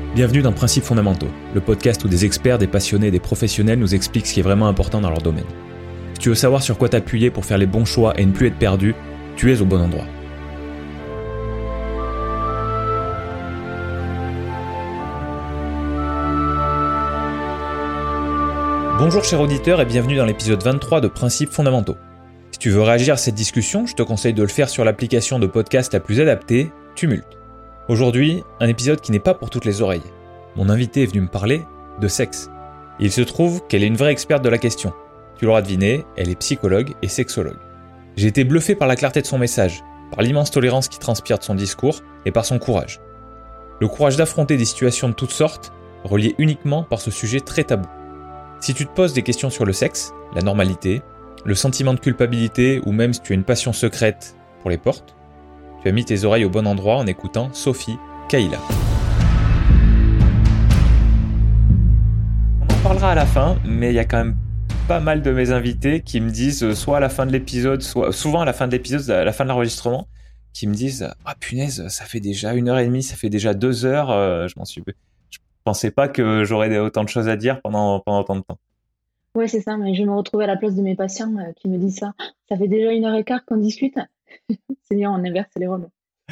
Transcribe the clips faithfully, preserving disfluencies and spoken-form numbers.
Bienvenue dans Principes fondamentaux, le podcast où des experts, des passionnés et des professionnels nous expliquent ce qui est vraiment important dans leur domaine. Si tu veux savoir sur quoi t'appuyer pour faire les bons choix et ne plus être perdu, tu es au bon endroit. Bonjour chers auditeurs et bienvenue dans l'épisode vingt-trois de Principes fondamentaux. Si tu veux réagir à cette discussion, je te conseille de le faire sur l'application de podcast la plus adaptée, Tumult. Aujourd'hui, un épisode qui n'est pas pour toutes les oreilles. Mon invité est venu me parler de sexe. Et il se trouve qu'elle est une vraie experte de la question. Tu l'auras deviné, elle est psychologue et sexologue. J'ai été bluffé par la clarté de son message, par l'immense tolérance qui transpire de son discours et par son courage. Le courage d'affronter des situations de toutes sortes, reliées uniquement par ce sujet très tabou. Si tu te poses des questions sur le sexe, la normalité, le sentiment de culpabilité ou même si tu as une passion secrète pour les portes, tu as mis tes oreilles au bon endroit en écoutant Sophie Kaila. On en parlera à la fin, mais il y a quand même pas mal de mes invités qui me disent, soit à la fin de l'épisode, soit souvent à la fin de l'épisode, à la fin de l'enregistrement, qui me disent « Ah punaise, ça fait déjà une heure et demie, ça fait déjà deux heures, euh, je m'en suis... Je pensais pas que j'aurais autant de choses à dire pendant, pendant autant de temps. » Ouais, c'est ça, mais je me retrouvais à la place de mes patients euh, qui me disent ça. Ça fait déjà une heure et quart qu'on discute. C'est bien, on inverse les rôles.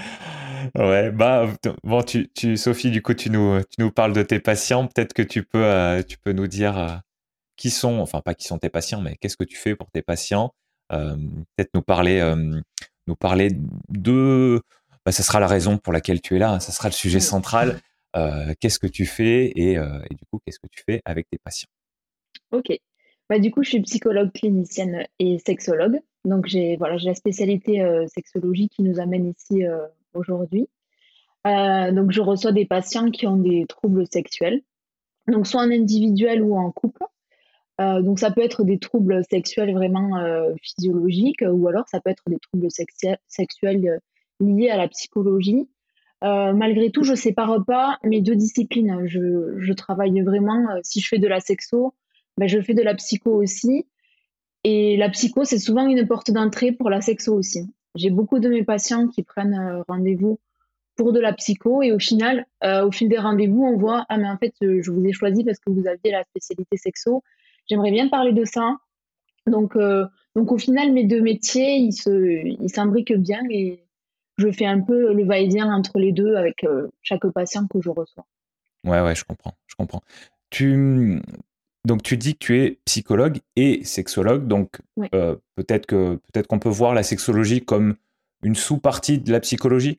Ouais, bah bon, tu, tu, Sophie, du coup, tu nous, tu nous parles de tes patients. Peut-être que tu peux, euh, tu peux nous dire euh, qui sont, enfin pas qui sont tes patients, mais qu'est-ce que tu fais pour tes patients. Euh, peut-être nous parler, euh, nous parler de, bah, ça sera la raison pour laquelle tu es là. Hein, ça sera le sujet Oui. central. Euh, qu'est-ce que tu fais et, euh, et du coup, qu'est-ce que tu fais avec tes patients? Ok. Bah, du coup, je suis psychologue clinicienne et sexologue. Donc, j'ai voilà, j'ai la spécialité euh, sexologie qui nous amène ici euh, aujourd'hui. Euh, donc, je reçois des patients qui ont des troubles sexuels, donc soit en individuel ou en couple. Euh, donc, ça peut être des troubles sexuels vraiment euh, physiologiques ou alors ça peut être des troubles sexuels, sexuels euh, liés à la psychologie. Euh, malgré tout, je ne sépare pas mes deux disciplines. Je, je travaille vraiment, euh, si je fais de la sexo, ben, je fais de la psycho aussi. Et la psycho, c'est souvent une porte d'entrée pour la sexo aussi. J'ai beaucoup de mes patients qui prennent euh, rendez-vous pour de la psycho et au final, euh, au fil des rendez-vous, on voit « Ah mais en fait, euh, je vous ai choisi parce que vous aviez la spécialité sexo. J'aimerais bien parler de ça. » Donc, euh, donc au final, mes deux métiers, ils se, ils s'imbriquent bien et je fais un peu le va-et-vient entre les deux avec euh, chaque patient que je reçois. Ouais, ouais, je comprends, je comprends. Tu, donc tu dis que tu es psychologue et sexologue, donc Oui. euh, peut-être que peut-être qu'on peut voir la sexologie comme une sous-partie de la psychologie.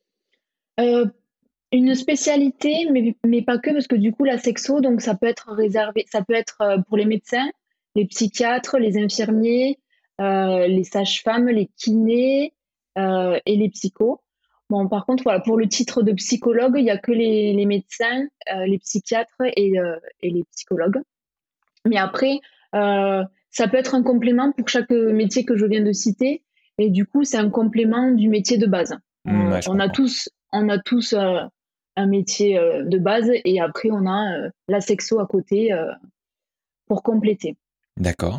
Euh, une spécialité, mais, mais pas que, parce que du coup, la sexo, donc ça peut être réservé, ça peut être euh, pour les médecins, les psychiatres, les infirmiers, euh, les sages-femmes, les kinés euh, et les psychos. Bon, par contre, voilà, pour le titre de psychologue, il n'y a que les, les médecins, euh, les psychiatres et, euh, et les psychologues. Mais après, euh, ça peut être un complément pour chaque métier que je viens de citer. Et du coup, c'est un complément du métier de base. Mmh, On, ouais, je on a comprends. tous, on a tous euh, un métier euh, de base et après, on a euh, la sexo à côté euh, pour compléter. D'accord,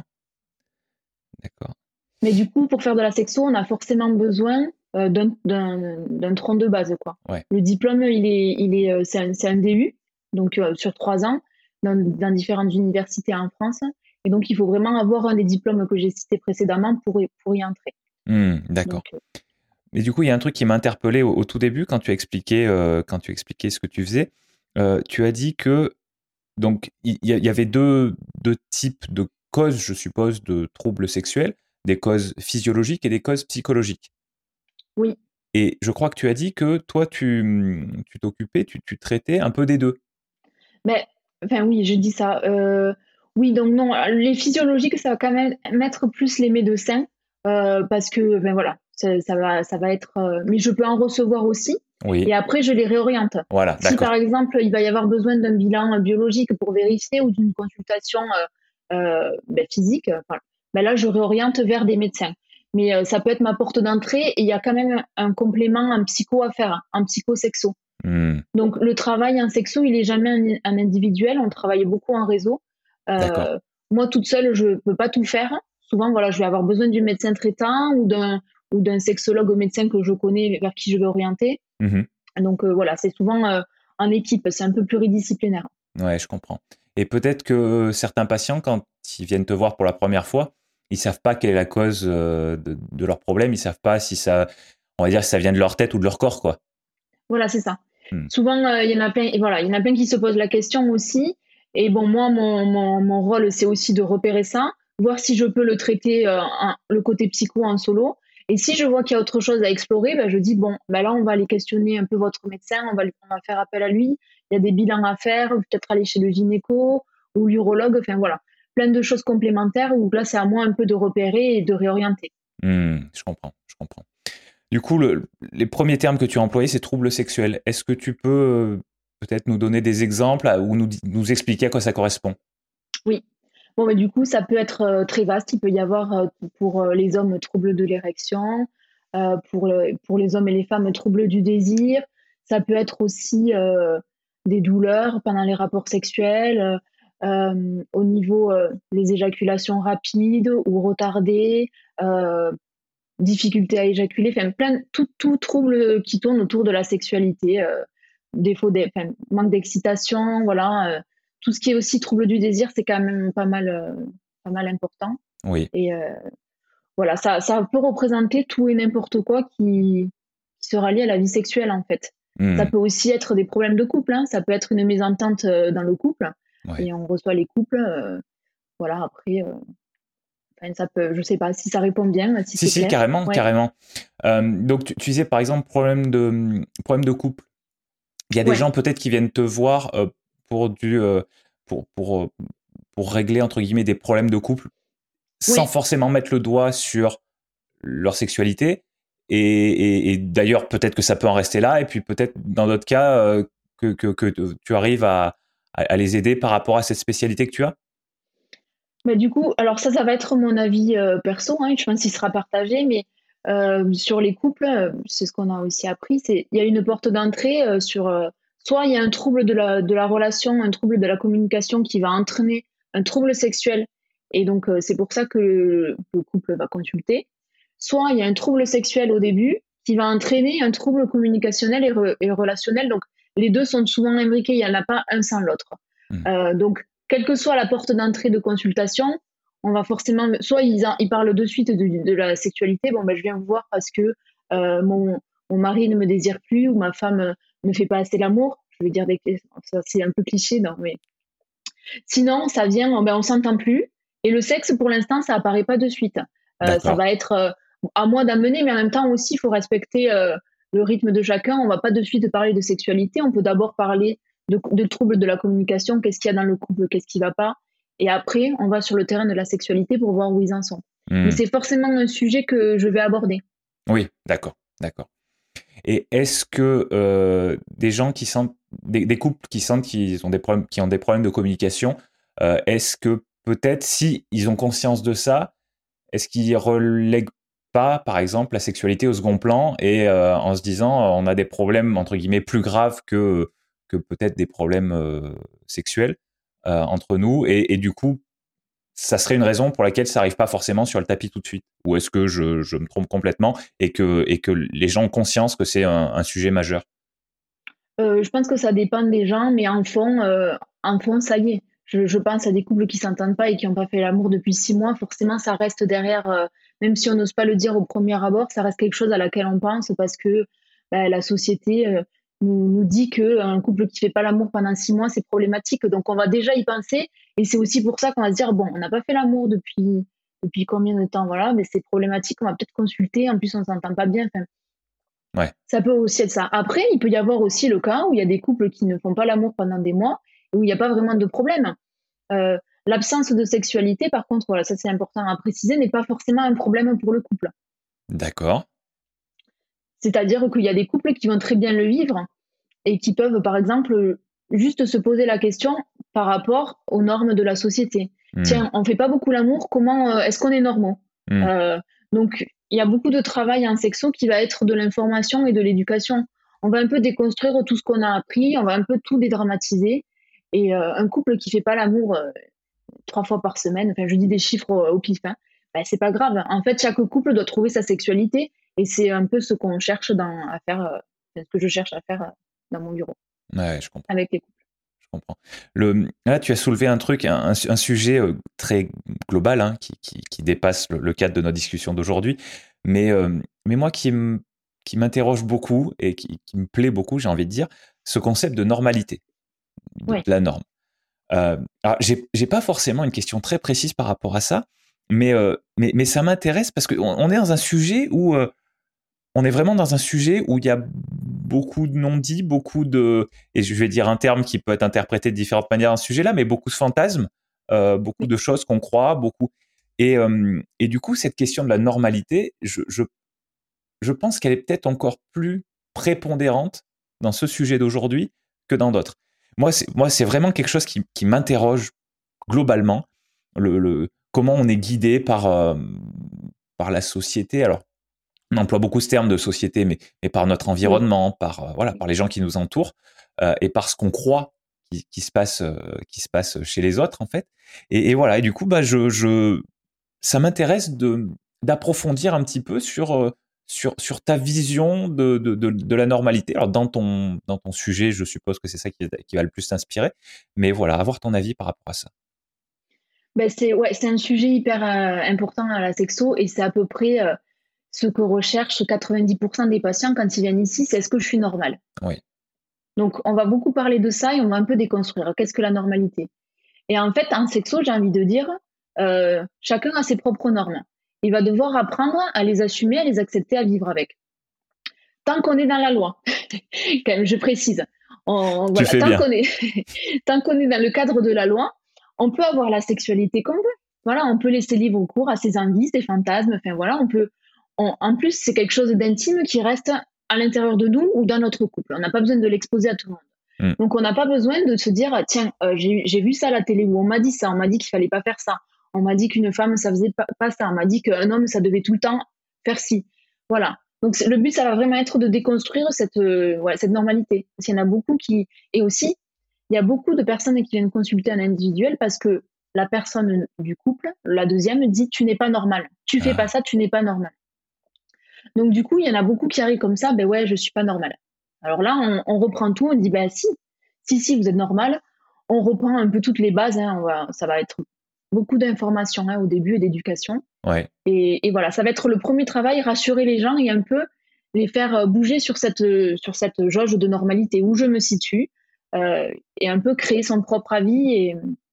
d'accord. Mais du coup, pour faire de la sexo, on a forcément besoin euh, d'un, d'un, d'un tronc de base, quoi. Ouais. Le diplôme, il est, il est, euh, c'est un, c'est un D U, donc euh, sur trois ans, dans, dans différentes universités en France. Et donc, il faut vraiment avoir un des diplômes que j'ai cités précédemment pour y, pour y entrer. Mmh, d'accord. Donc, euh, Mais du coup, il y a un truc qui m'a interpellé au, au tout début quand tu expliquais, euh, quand tu expliquais ce que tu faisais. Euh, tu as dit que donc il y, y avait deux, deux types de causes, je suppose, de troubles sexuels, des causes physiologiques et des causes psychologiques. oui. Et je crois que tu as dit que toi, tu, tu t'occupais, tu, tu traitais un peu des deux. Mais, enfin, oui, je dis ça. Euh, oui, donc non, les physiologiques, ça va quand même mettre plus les médecins euh, parce que, ben voilà, ça, ça va, ça va être. euh, mais je peux en recevoir aussi. Oui, Et après, je les réoriente. voilà, Si par d'accord. exemple, il va y avoir besoin d'un bilan biologique pour vérifier ou d'une consultation euh, euh, ben, physique, enfin, ben là, je réoriente vers des médecins. Mais euh, ça peut être ma porte d'entrée et il y a quand même un complément, un psycho à faire, un psychosexo. Hmm, Donc le travail en sexo, il est jamais un, un individuel, on travaille beaucoup en réseau. d'accord. Euh, moi, toute seule, je peux pas tout faire. Souvent, voilà, je vais avoir besoin du médecin traitant ou d'un ou d'un sexologue médecin que je connais vers qui je vais orienter. Mhm. Donc euh, voilà, c'est souvent euh, en équipe, c'est un peu pluridisciplinaire. Ouais, je comprends. Et peut-être que certains patients, quand ils viennent te voir pour la première fois, ils savent pas quelle est la cause euh, de, de leur problème. Ils savent pas si ça, on va dire, si ça vient de leur tête ou de leur corps, quoi. Voilà, c'est ça. Hmm. Souvent, euh, il y en a plein, et voilà, il y en a plein qui se posent la question aussi. Et bon, moi, mon, mon, mon rôle, c'est aussi de repérer ça, voir si je peux le traiter, euh, en- le côté psycho en solo. Et si je vois qu'il y a autre chose à explorer, ben, je dis, bon, ben là, on va aller questionner un peu votre médecin, on va, lui- on va faire appel à lui. Il y a des bilans à faire, peut-être aller chez le gynéco ou l'urologue, enfin voilà. Plein de choses complémentaires où là, c'est à moi un peu de repérer et de réorienter. Hmm, je comprends, je comprends. Du coup, le- les premiers termes que tu as employés, c'est troubles sexuels. Est-ce que tu peux euh, peut-être nous donner des exemples à- ou nous, di- nous expliquer à quoi ça correspond? Oui. Bon, mais du coup, ça peut être euh, très vaste. Il peut y avoir euh, pour euh, les hommes troubles de l'érection, euh, pour, le- pour les hommes et les femmes troubles du désir. Ça peut être aussi euh, des douleurs pendant les rapports sexuels, euh, au niveau euh, des éjaculations rapides ou retardées, euh, difficulté à éjaculer, enfin plein tout, tout trouble qui tourne autour de la sexualité, euh, défaut d'e- enfin, manque d'excitation, voilà, euh, tout ce qui est aussi trouble du désir, c'est quand même pas mal, euh, pas mal important. Oui. Et euh, voilà, ça, ça peut représenter tout et n'importe quoi qui, qui sera lié à la vie sexuelle en fait. Ça Hmm, peut aussi être des problèmes de couple, hein, ça peut être une mésentente euh, dans le couple, ouais. et on reçoit les couples, euh, voilà, après, euh, enfin, ça peut, je sais pas si ça répond bien, si Si, c'est si, clair. carrément, Ouais, carrément. Euh, donc, tu, tu disais par exemple problème de, problème de couple. Il y a des ouais, gens peut-être qui viennent te voir euh, pour du, euh, pour, pour, euh, pour régler entre guillemets des problèmes de couple sans oui. forcément mettre le doigt sur leur sexualité. Et, et, et d'ailleurs, peut-être que ça peut en rester là. Et puis peut-être dans d'autres cas euh, que, que, que tu arrives à, à, à les aider par rapport à cette spécialité que tu as. Bah, du coup, alors ça, ça va être mon avis euh, perso, hein, je pense qu'il sera partagé, mais euh, sur les couples, euh, c'est ce qu'on a aussi appris, c'est il y a une porte d'entrée euh, sur euh, soit il y a un trouble de la, de la relation, un trouble de la communication qui va entraîner un trouble sexuel, et donc euh, c'est pour ça que le, le couple va consulter, soit il y a un trouble sexuel au début qui va entraîner un trouble communicationnel et, re- et relationnel, donc les deux sont souvent imbriqués, il n'y en a pas un sans l'autre. Hmm. Euh, donc quelle que soit la porte d'entrée de consultation, on va forcément, soit ils, en- ils parlent de suite de, de la sexualité, bon ben je viens vous voir parce que euh, mon, mon mari ne me désire plus ou ma femme euh, ne fait pas assez l'amour. Je veux dire, des, ça c'est un peu cliché, non, mais sinon ça vient, bon, ben on s'entend plus et le sexe pour l'instant ça apparaît pas de suite. Euh, ça D'accord. va être euh, à moi d'amener, mais en même temps aussi il faut respecter euh, le rythme de chacun. On va pas de suite parler de sexualité, on peut d'abord parler de, de troubles de la communication, qu'est-ce qu'il y a dans le couple, qu'est-ce qui va pas, et après on va sur le terrain de la sexualité pour voir où ils en sont. Mais Hmm. c'est forcément un sujet que je vais aborder. Oui, d'accord, d'accord. Et est-ce que euh, des gens qui sentent, des, des couples qui sentent qu'ils ont des problèmes, qui ont des problèmes de communication, euh, est-ce que peut-être si ils ont conscience de ça, est-ce qu'ils relèguent pas, par exemple, la sexualité au second plan et euh, en se disant euh, on a des problèmes entre guillemets plus graves que que peut-être des problèmes euh, sexuels euh, entre nous et, et du coup ça serait une raison pour laquelle ça arrive pas forcément sur le tapis tout de suite? Ou est-ce que je, je me trompe complètement et que, et que les gens ont conscience que c'est un, un sujet majeur? Euh, je pense que ça dépend des gens, mais en fond, euh, en fond, ça y est. Je, je pense à des couples qui s'entendent pas et qui n'ont pas fait l'amour depuis six mois. Forcément, ça reste derrière, euh, même si on n'ose pas le dire au premier abord, ça reste quelque chose à laquelle on pense parce que bah, la société euh, nous, nous dit qu'un couple qui fait pas l'amour pendant six mois, c'est problématique. Donc, on va déjà y penser. Et c'est aussi pour ça qu'on va se dire, bon, on n'a pas fait l'amour depuis, depuis combien de temps, voilà, mais c'est problématique, on va peut-être consulter. En plus, on s'entend pas bien. Enfin, Ouais. ça peut aussi être ça. Après, il peut y avoir aussi le cas où il y a des couples qui ne font pas l'amour pendant des mois et où il n'y a pas vraiment de problème. Euh, L'absence de sexualité, par contre, voilà, ça c'est important à préciser, n'est pas forcément un problème pour le couple. D'accord. C'est-à-dire qu'il y a des couples qui vont très bien le vivre et qui peuvent, par exemple, juste se poser la question par rapport aux normes de la société. Hmm. Tiens, on fait pas beaucoup l'amour, comment euh, est-ce qu'on est normaux? Hmm. Euh, Donc, il y a beaucoup de travail en sexo qui va être de l'information et de l'éducation. On va un peu déconstruire tout ce qu'on a appris, on va un peu tout dédramatiser. Et euh, un couple qui fait pas l'amour euh, trois fois par semaine, enfin, je dis des chiffres au, au pif, hein, ben, c'est pas grave. En fait, chaque couple doit trouver sa sexualité et c'est un peu ce qu'on cherche dans, à faire, euh, ce que je cherche à faire euh, dans mon bureau. Ouais, je comprends. avec les couples. Je comprends. Le, là, tu as soulevé un truc, un, un, un sujet euh, très global hein, qui, qui, qui dépasse le, le cadre de notre discussion d'aujourd'hui. Mais, euh, mais moi, qui, m- qui m'interroge beaucoup et qui, qui me plaît beaucoup, j'ai envie de dire, ce concept de normalité, de, de Ouais, la norme. Euh, alors, j'ai, j'ai pas forcément une question très précise par rapport à ça, mais, euh, mais, mais ça m'intéresse parce qu'on on est dans un sujet où euh, on est vraiment dans un sujet où il y a beaucoup de non-dits, beaucoup de, et je vais dire un terme qui peut être interprété de différentes manières dans ce sujet-là, mais beaucoup de fantasmes, euh, beaucoup oui, de choses qu'on croit, beaucoup. Et, euh, et du coup, cette question de la normalité, je, je, je pense qu'elle est peut-être encore plus prépondérante dans ce sujet d'aujourd'hui que dans d'autres. Moi, c'est, moi, c'est vraiment quelque chose qui, qui m'interroge globalement, le, le, comment on est guidé par, euh, par la société. Alors, on emploie beaucoup ce terme de société, mais, mais par notre oui, environnement, par, euh, voilà, oui. par les gens qui nous entourent euh, et par ce qu'on croit qui, qui, se passe, euh, qui se passe chez les autres, en fait. Et, et voilà, et du coup, bah, je, je, ça m'intéresse de, d'approfondir un petit peu sur, euh, sur, sur ta vision de, de, de, de la normalité. Alors, dans ton, dans ton sujet, je suppose que c'est ça qui, qui va le plus t'inspirer, mais voilà, avoir ton avis par rapport à ça. Ben, c'est ouais, c'est un sujet hyper euh, important à la sexo et c'est à peu près euh, ce que recherchent quatre-vingt-dix pour cent des patients quand ils viennent ici, c'est est-ce que je suis normale? Oui. Donc, on va beaucoup parler de ça et on va un peu déconstruire. Qu'est-ce que la normalité? Et en fait, en sexo, j'ai envie de dire, euh, chacun a ses propres normes. Il va devoir apprendre à les assumer, à les accepter, à vivre avec. Tant qu'on est dans la loi, quand même, je précise. On, Tu voilà, fais tant bien. qu'on est, tant qu'on est dans le cadre de la loi, on peut avoir la sexualité qu'on veut. Voilà, on peut laisser libre cours à ses envies, ses fantasmes. Enfin voilà, on peut. On, en plus, c'est quelque chose d'intime qui reste à l'intérieur de nous ou dans notre couple. On n'a pas besoin de l'exposer à tout le monde. Mm. Donc, on n'a pas besoin de se dire, tiens, euh, j'ai, j'ai vu ça à la télé ou on m'a dit ça, on m'a dit qu'il fallait pas faire ça, on m'a dit qu'une femme ça faisait pas, pas ça, on m'a dit qu'un homme ça devait tout le temps faire ci. Voilà. Donc le but, ça va vraiment être de déconstruire cette, euh, ouais, cette normalité. Parce qu'il y en a beaucoup qui... Et aussi, il y a beaucoup de personnes qui viennent consulter un individuel parce que la personne du couple, la deuxième, dit tu n'es pas normal. Tu fais pas Ah, ça, tu n'es pas normal. Donc du coup, il y en a beaucoup qui arrivent comme ça, ben ouais, je suis pas normal. Alors là, on, on reprend tout, on dit ben si, si, si, vous êtes normal. On reprend un peu toutes les bases, hein, on va, ça va être beaucoup d'informations hein, au début et d'éducation. ouais. Et, et, voilà, ça va être le premier travail, rassurer les gens et un peu les faire bouger sur cette, sur cette jauge de normalité où je me situe euh, et un peu créer son propre avis et,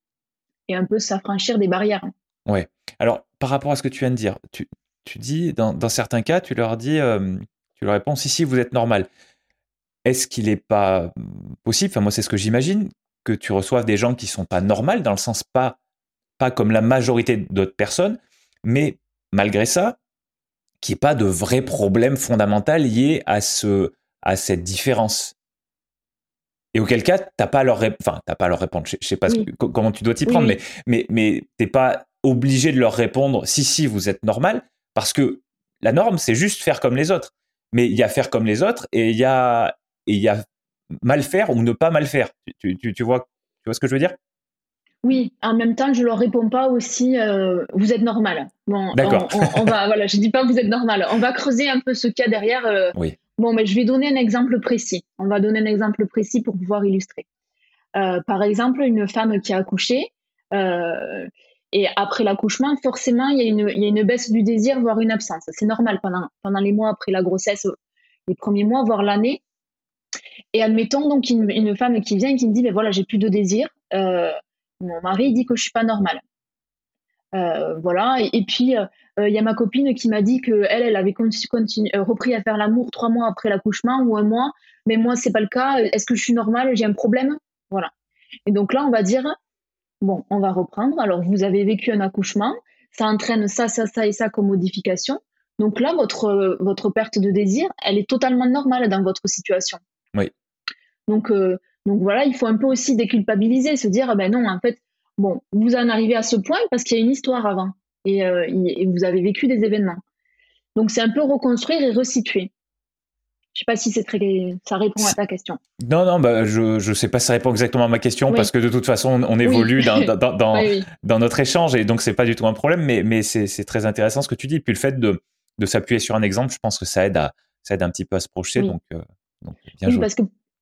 et un peu s'affranchir des barrières. Ouais. Alors, par rapport à ce que tu viens de dire, tu, tu dis, dans, dans certains cas, tu leur dis, euh, tu leur réponds, si, si, vous êtes normal. Est-ce qu'il n'est pas hum, possible, enfin moi c'est ce que j'imagine, que tu reçoives des gens qui sont pas normales, dans le sens pas, pas comme la majorité d'autres personnes, mais malgré ça, qu'il n'y ait pas de vrai problème fondamental lié à, ce, à cette différence. Et auquel cas, t'as pas à leur, rép- enfin, t'as pas à leur répondre. Je, je sais pas ce que- Oui, co- comment tu dois t'y oui, prendre, mais, oui. mais, mais t'es pas obligé de leur répondre si, si, vous êtes normal, parce que la norme, c'est juste faire comme les autres. Mais il y a faire comme les autres et il y a, et il y a mal faire ou ne pas mal faire. Tu, tu, tu vois, tu vois ce que je veux dire? Oui, en même temps, je leur réponds pas aussi euh, vous êtes normal. Bon, D'accord. on, on, on va, voilà, je dis pas vous êtes normal. On va creuser un peu ce qu'il y a derrière. euh. Oui. Bon, mais je vais donner un exemple précis. On va donner un exemple précis pour pouvoir illustrer. Euh, par exemple, une femme qui a accouché, euh, et après l'accouchement, forcément, il y, a une, il y a une baisse du désir, voire une absence. C'est normal pendant, pendant les mois après la grossesse, les premiers mois, voire l'année. Et admettons donc une, une femme qui vient et qui me dit, ben voilà, j'ai plus de désir. Euh, mon mari dit que je suis pas normale. Euh, voilà. Et, et puis, il euh, euh, y a ma copine qui m'a dit qu'elle, elle elle avait continu, continu, euh, repris à faire l'amour trois mois après l'accouchement ou un mois. Mais moi, c'est pas le cas. Est-ce que je suis normale? J'ai un problème? Voilà. Et donc là, on va dire, bon, on va reprendre. Alors, vous avez vécu un accouchement, ça entraîne ça, ça, ça et ça comme modification. Donc là, votre, votre perte de désir, elle est totalement normale dans votre situation. Oui. Donc, euh, donc voilà, il faut un peu aussi déculpabiliser, se dire, ah ben non, en fait, bon, vous en arrivez à ce point parce qu'il y a une histoire avant et, euh, et vous avez vécu des événements. Donc c'est un peu reconstruire et resituer. Je sais pas si c'est très, ça répond à ta question. Non, non, bah, je je sais pas si ça répond exactement à ma question parce Oui, que de toute façon, on, on oui, évolue dans, dans, dans, oui, oui, dans notre échange et donc c'est pas du tout un problème, mais, mais c'est, c'est très intéressant ce que tu dis. Puis le fait de, de s'appuyer sur un exemple, je pense que ça aide, à, ça aide un petit peu à se projeter, oui. donc, euh, donc bien Oui, joué. parce que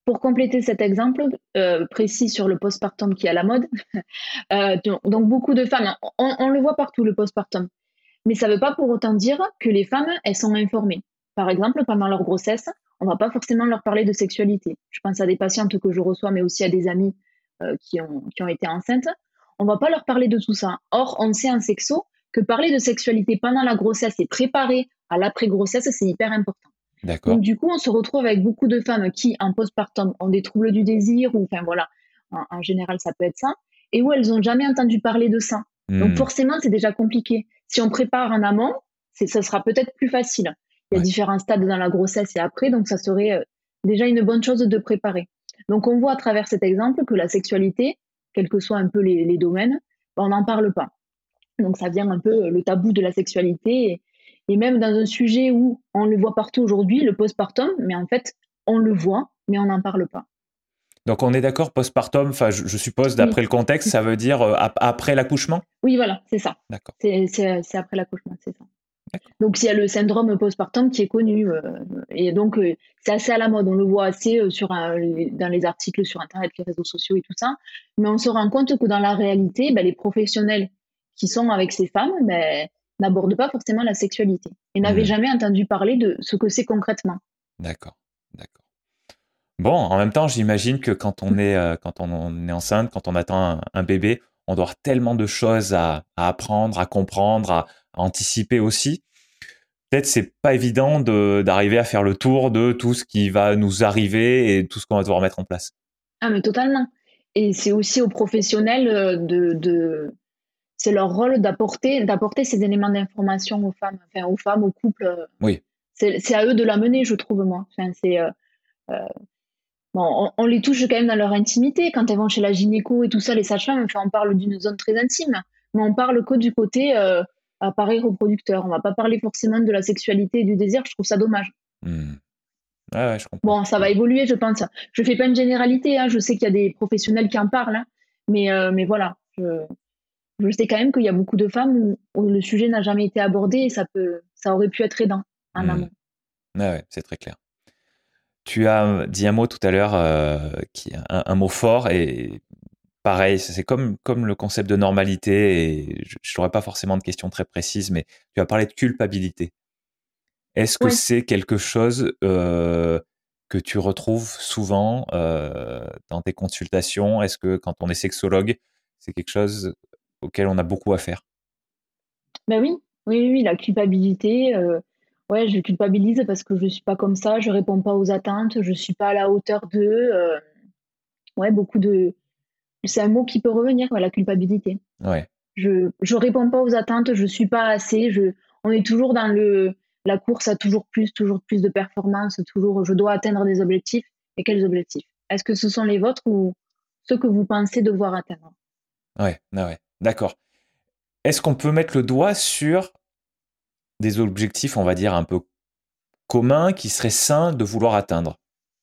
pour compléter cet exemple euh, précis sur le postpartum qui est à la mode, euh, donc beaucoup de femmes, on, on le voit partout le postpartum, mais ça ne veut pas pour autant dire que les femmes, elles sont informées. Par exemple, pendant leur grossesse, on ne va pas forcément leur parler de sexualité. Je pense à des patientes que je reçois, mais aussi à des amies euh, qui, ont, qui ont été enceintes. On ne va pas leur parler de tout ça. Or, on sait en sexo que parler de sexualité pendant la grossesse et préparer à l'après-grossesse, c'est hyper important. D'accord. Donc, du coup, on se retrouve avec beaucoup de femmes qui, en postpartum, ont des troubles du désir, ou enfin voilà, en, en général, ça peut être ça, et où elles n'ont jamais entendu parler de ça. Mmh. Donc, forcément, c'est déjà compliqué. Si on prépare en amont, c'est, ça sera peut-être plus facile. Il y a ouais. différents stades dans la grossesse et après, donc ça serait euh, déjà une bonne chose de préparer. Donc, on voit à travers cet exemple que la sexualité, quels que soient un peu les, les domaines, on n'en parle pas. Donc, ça vient un peu le tabou de la sexualité. Et, et même dans un sujet où on le voit partout aujourd'hui, le postpartum, mais en fait, on le voit, mais on n'en parle pas. Donc, on est d'accord, postpartum, enfin, je, je suppose, d'après oui. le contexte, ça veut dire euh, ap- après l'accouchement ? Oui, voilà, c'est ça. D'accord. C'est, c'est, c'est après l'accouchement, c'est ça. D'accord. Donc, il y a le syndrome postpartum qui est connu. Euh, et donc, euh, c'est assez à la mode. On le voit assez euh, sur un, les, dans les articles sur Internet, les réseaux sociaux et tout ça. Mais on se rend compte que dans la réalité, ben, les professionnels qui sont avec ces femmes ben, n'abordent pas forcément la sexualité et mmh. n'avaient jamais entendu parler de ce que c'est concrètement. D'accord, d'accord. Bon, en même temps, j'imagine que quand on est, euh, quand on est enceinte, quand on attend un, un bébé, on doit avoir tellement de choses à, à apprendre, à comprendre, à, à anticiper aussi. Peut-être c'est pas évident de, d'arriver à faire le tour de tout ce qui va nous arriver et tout ce qu'on va devoir mettre en place. Ah, mais totalement. Et c'est aussi aux professionnels de, de c'est leur rôle d'apporter, d'apporter ces éléments d'information aux femmes, enfin aux femmes, aux couples. Oui. C'est, c'est à eux de l'amener, je trouve moi. Enfin, c'est euh, euh, bon, on, on les touche quand même dans leur intimité quand elles vont chez la gynéco et tout ça, les sages-femmes. Enfin, on parle d'une zone très intime, mais on parle que du côté euh, appareil reproducteur. On va pas parler forcément de la sexualité et du désir. Je trouve ça dommage. Mmh. Ah ouais, je comprends. Bon, ça va évoluer, je pense. Je fais pas une généralité. Hein. Je sais qu'il y a des professionnels qui en parlent, hein. mais euh, mais voilà. Je, je sais quand même qu'il y a beaucoup de femmes où, où le sujet n'a jamais été abordé et ça peut, ça aurait pu être aidant en mmh. amont. Ah ouais, c'est très clair. Tu as dit un mot tout à l'heure, euh, qui un, un mot fort et pareil, c'est comme, comme le concept de normalité et je n'aurais pas forcément de questions très précises, mais tu as parlé de culpabilité. Est-ce que ouais. c'est quelque chose euh, que tu retrouves souvent euh, dans tes consultations ? Est-ce que quand on est sexologue, c'est quelque chose auquel on a beaucoup à faire ? Ben oui, oui, oui, la culpabilité. Euh, ouais, je culpabilise parce que je suis pas comme ça, je réponds pas aux attentes, je suis pas à la hauteur d'eux. Euh, ouais, beaucoup de. C'est un mot qui peut revenir, quoi, la culpabilité. Ouais. Je je réponds pas aux attentes, je suis pas assez. Je. On est toujours dans le la course à toujours plus, toujours plus de performance, toujours. Je dois atteindre des objectifs. Et quels objectifs ? Est-ce que ce sont les vôtres ou ceux que vous pensez devoir atteindre ? Ouais, ouais, d'accord. Est-ce qu'on peut mettre le doigt sur des objectifs, on va dire, un peu communs qui seraient sains de vouloir atteindre ?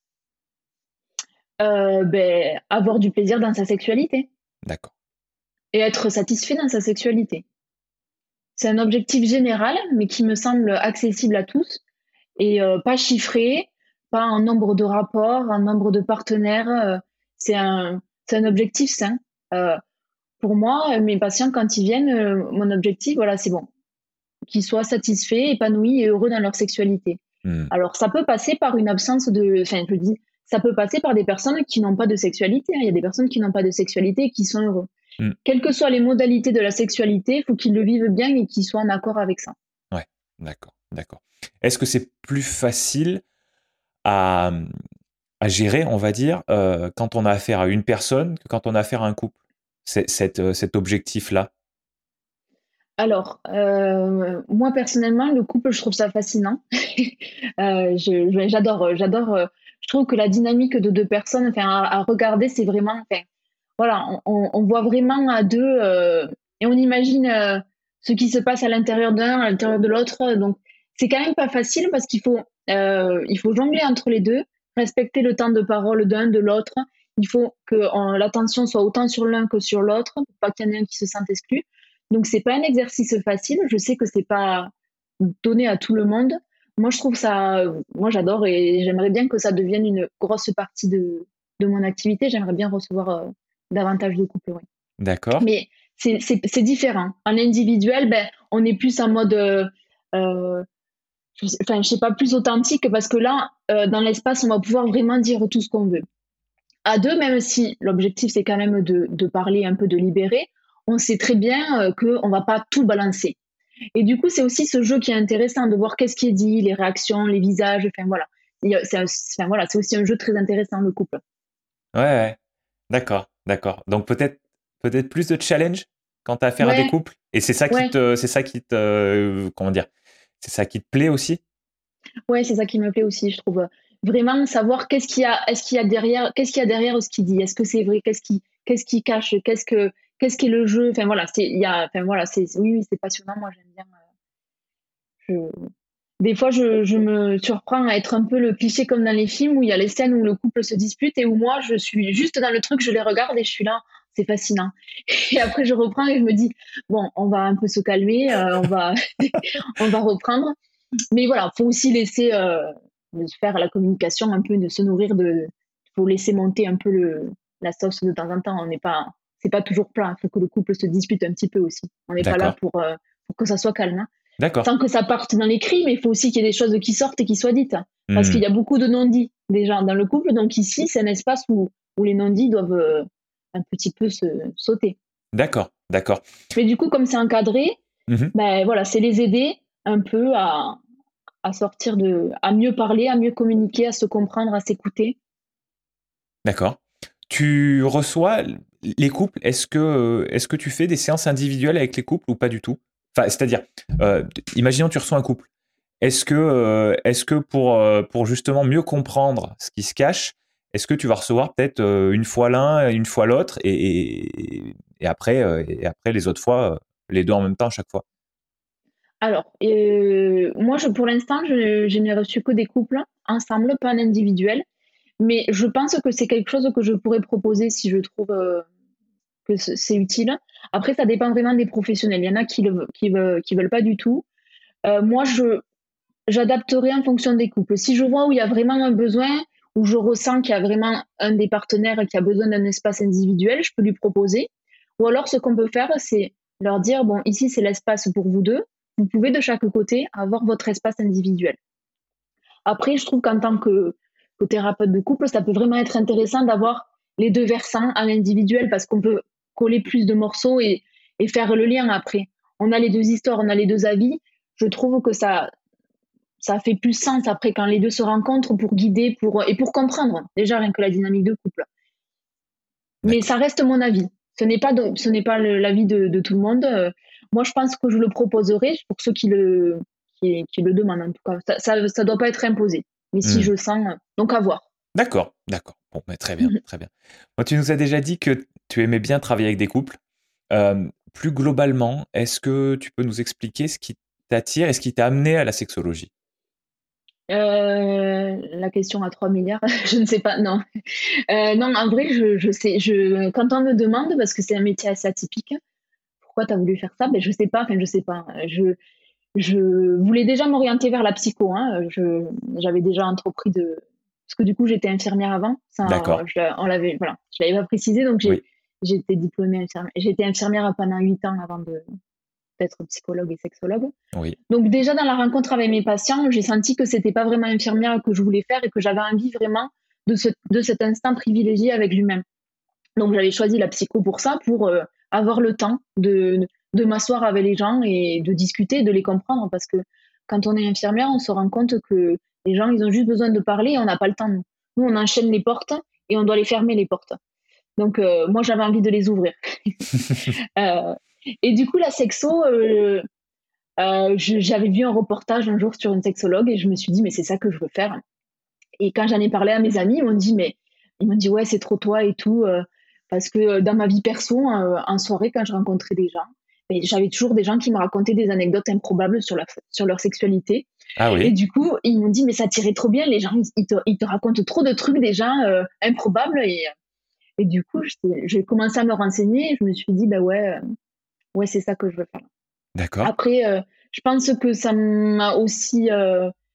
euh, ben, Avoir du plaisir dans sa sexualité. D'accord. Et être satisfait dans sa sexualité. C'est un objectif général, mais qui me semble accessible à tous et euh, pas chiffré, pas en nombre de rapports, en nombre de partenaires. Euh, c'est, un, c'est un objectif sain. Euh, pour moi, mes patients, quand ils viennent, euh, mon objectif, voilà, c'est bon. Qu'ils soient satisfaits, épanouis et heureux dans leur sexualité. Mmh. Alors, ça peut passer par une absence de... Enfin, je dis, ça peut passer par des personnes qui n'ont pas de sexualité. Hein. Il y a des personnes qui n'ont pas de sexualité et qui sont heureux. Mmh. Quelles que soient les modalités de la sexualité, il faut qu'ils le vivent bien et qu'ils soient en accord avec ça. Ouais, d'accord, d'accord. Est-ce que c'est plus facile à, à gérer, on va dire, euh, quand on a affaire à une personne que quand on a affaire à un couple, c'est, cet, cet objectif-là ? Alors, euh, moi personnellement, le couple, je trouve ça fascinant. euh, je, je, j'adore, j'adore. Je trouve que la dynamique de deux personnes, enfin, à, à regarder, c'est vraiment, enfin, voilà, on, on voit vraiment à deux euh, et on imagine euh, ce qui se passe à l'intérieur d'un, à l'intérieur de l'autre. Donc, c'est quand même pas facile parce qu'il faut, euh, il faut jongler entre les deux, respecter le temps de parole d'un, de l'autre. Il faut que on, l'attention soit autant sur l'un que sur l'autre, pour pas qu'il y en ait un qui se sente exclu. Donc, c'est pas un exercice facile. Je sais que c'est pas donné à tout le monde. moi, je trouve ça, moi, j'adore et j'aimerais bien que ça devienne une grosse partie de, de mon activité. J'aimerais bien recevoir euh, davantage de couples, oui. D'accord. Mais c'est, c'est, c'est différent. En individuel, ben, on est plus en mode, euh, euh, je sais- enfin, je sais pas, plus authentique parce que là, euh, dans l'espace, on va pouvoir vraiment dire tout ce qu'on veut. À deux, même si l'objectif, c'est quand même de, de parler un peu, de libérer, on sait très bien euh, qu'on va pas tout balancer. Et du coup, c'est aussi ce jeu qui est intéressant de voir qu'est-ce qui est dit, les réactions, les visages, enfin voilà. Il y a- C'est un- enfin, voilà, c'est aussi un jeu très intéressant, le couple. Ouais, ouais. D'accord, d'accord. Donc peut-être peut-être plus de challenge quand tu as affaire à des Ouais, couples. Et c'est ça qui ouais, te, c'est ça qui te, euh, comment dire, c'est ça qui te plaît aussi? ouais, c'est ça qui me plaît aussi, je trouve. Vraiment savoir qu'est-ce qu'il y a, est-ce qu'il y a derrière, qu'est-ce qu'il y a derrière ce qu'il dit, est-ce que c'est vrai, qu'est-ce qui, qu'est-ce qui cache, qu'est-ce que, qu'est-ce qu'est le jeu. Enfin voilà, c'est, il y a, enfin voilà, c'est, oui, oui, c'est passionnant. Moi, j'aime bien. euh, je- Des fois, je, je me surprends à être un peu le cliché comme dans les films où il y a les scènes où le couple se dispute et où moi, je suis juste dans le truc, je les regarde et je suis là, c'est fascinant. Et après, je reprends et je me dis, bon, on va un peu se calmer, euh, on va, on va reprendre. Mais voilà, faut aussi laisser euh, faire la communication un peu, de se nourrir de, faut laisser monter un peu le, la sauce de temps en temps. On n'est pas, c'est pas toujours plat. Il faut que le couple se dispute un petit peu aussi. On n'est pas là D'accord, pour, euh, pour que ça soit calme, hein. d'accord. Sans que ça parte dans les cris, mais il faut aussi qu'il y ait des choses qui sortent et qui soient dites. Parce Hmm. qu'il y a beaucoup de non-dits déjà dans le couple. Donc ici, c'est un espace où, où les non-dits doivent euh, un petit peu se sauter. D'accord, d'accord. Mais du coup, comme c'est encadré, Mhm. ben voilà, c'est les aider un peu à, à sortir de, à mieux parler, à mieux communiquer, à se comprendre, à s'écouter. D'accord. Tu reçois les couples, est-ce que, euh, est-ce que tu fais des séances individuelles avec les couples ou pas du tout? Enfin, c'est-à-dire, euh, imaginons tu reçois un couple. Est-ce que, euh, est-ce que pour, euh, pour justement mieux comprendre ce qui se cache, est-ce que tu vas recevoir peut-être euh, une fois l'un, une fois l'autre, et, et, et après, euh, et après les autres fois, euh, les deux en même temps à chaque fois? Alors, euh, moi, je, pour l'instant, je, je n'ai reçu que des couples ensemble, pas en individuel. Mais je pense que c'est quelque chose que je pourrais proposer si je trouve euh, que c- c'est utile. Après, ça dépend vraiment des professionnels. Il y en a qui le, qui veulent, qui veulent pas du tout. Euh, moi, je, j'adapterai en fonction des couples. Si je vois où il y a vraiment un besoin, où je ressens qu'il y a vraiment un des partenaires qui a besoin d'un espace individuel, je peux lui proposer. Ou alors, ce qu'on peut faire, c'est leur dire, bon, ici, c'est l'espace pour vous deux. Vous pouvez de chaque côté avoir votre espace individuel. Après, je trouve qu'en tant que, que thérapeute de couple, ça peut vraiment être intéressant d'avoir les deux versants à l'individuel parce qu'on peut coller plus de morceaux et, et faire le lien après. On a les deux histoires, on a les deux avis. Je trouve que ça, ça fait plus sens après quand les deux se rencontrent pour guider pour, et pour comprendre déjà rien que la dynamique de couple. Mais D'accord. ça reste mon avis. Ce n'est pas, de, ce n'est pas le- l'avis de, de tout le monde. Euh, moi, je pense que je le proposerai pour ceux qui le, qui, qui le demandent en tout cas. Ça, ça, ça doit pas être imposé. Mais si Hmm. je sens, euh, donc à voir. D'accord, d'accord. Bon, mais très bien, très bien. Moi, tu nous as déjà dit que tu aimais bien travailler avec des couples. Euh, plus globalement, est-ce que tu peux nous expliquer ce qui t'attire et ce qui t'a amené à la sexologie? Euh, la question à trois milliards, je ne sais pas. Non, Euh, non. En vrai, je, je sais. Je, quand on me demande, parce que c'est un métier assez atypique, pourquoi tu as voulu faire ça? Ben, je sais pas. Enfin, je sais pas. Je, je voulais déjà m'orienter vers la psycho, hein. Je, j'avais déjà entrepris de, parce que du coup, j'étais infirmière avant. Ça, D'accord, je, on l'avait, voilà, je l'avais pas précisé. Donc, j'ai, oui, j'ai été diplômée infirmière. J'ai été infirmière pendant huit ans avant de, d'être psychologue et sexologue. oui, Donc déjà dans la rencontre avec mes patients, j'ai senti que c'était pas vraiment infirmière que je voulais faire et que j'avais envie vraiment de, ce, de cet instant privilégié avec l'humain. Donc j'avais choisi la psycho pour ça, pour euh, avoir le temps de, de m'asseoir avec les gens et de discuter, de les comprendre, parce que quand on est infirmière, on se rend compte que les gens, ils ont juste besoin de parler et on n'a pas le temps. Nous, Nous, on enchaîne les portes et on doit les fermer les portes. Donc euh, moi, j'avais envie de les ouvrir. Euh, et du coup, la sexo, euh, euh, je- j'avais vu un reportage un jour sur une sexologue et je me suis dit, mais c'est ça que je veux faire. Et quand j'en ai parlé à mes amis, ils m'ont dit, mais ils m'ont dit, ouais, c'est trop toi et tout. euh, parce que euh, dans ma vie perso, euh, en soirée, quand je rencontrais des gens, mais j'avais toujours des gens qui me racontaient des anecdotes improbables sur, la, sur leur sexualité. ah Et oui, du coup, ils m'ont dit, mais ça tirait trop bien, les gens, ils te, ils te racontent trop de trucs déjà euh, improbables. Et, et du coup, j'étais- j'ai commencé à me renseigner et je me suis dit, bah ouais, euh, ouais, c'est ça que je veux faire. d'accord, Après, euh, je pense que ça m'a aussi euh,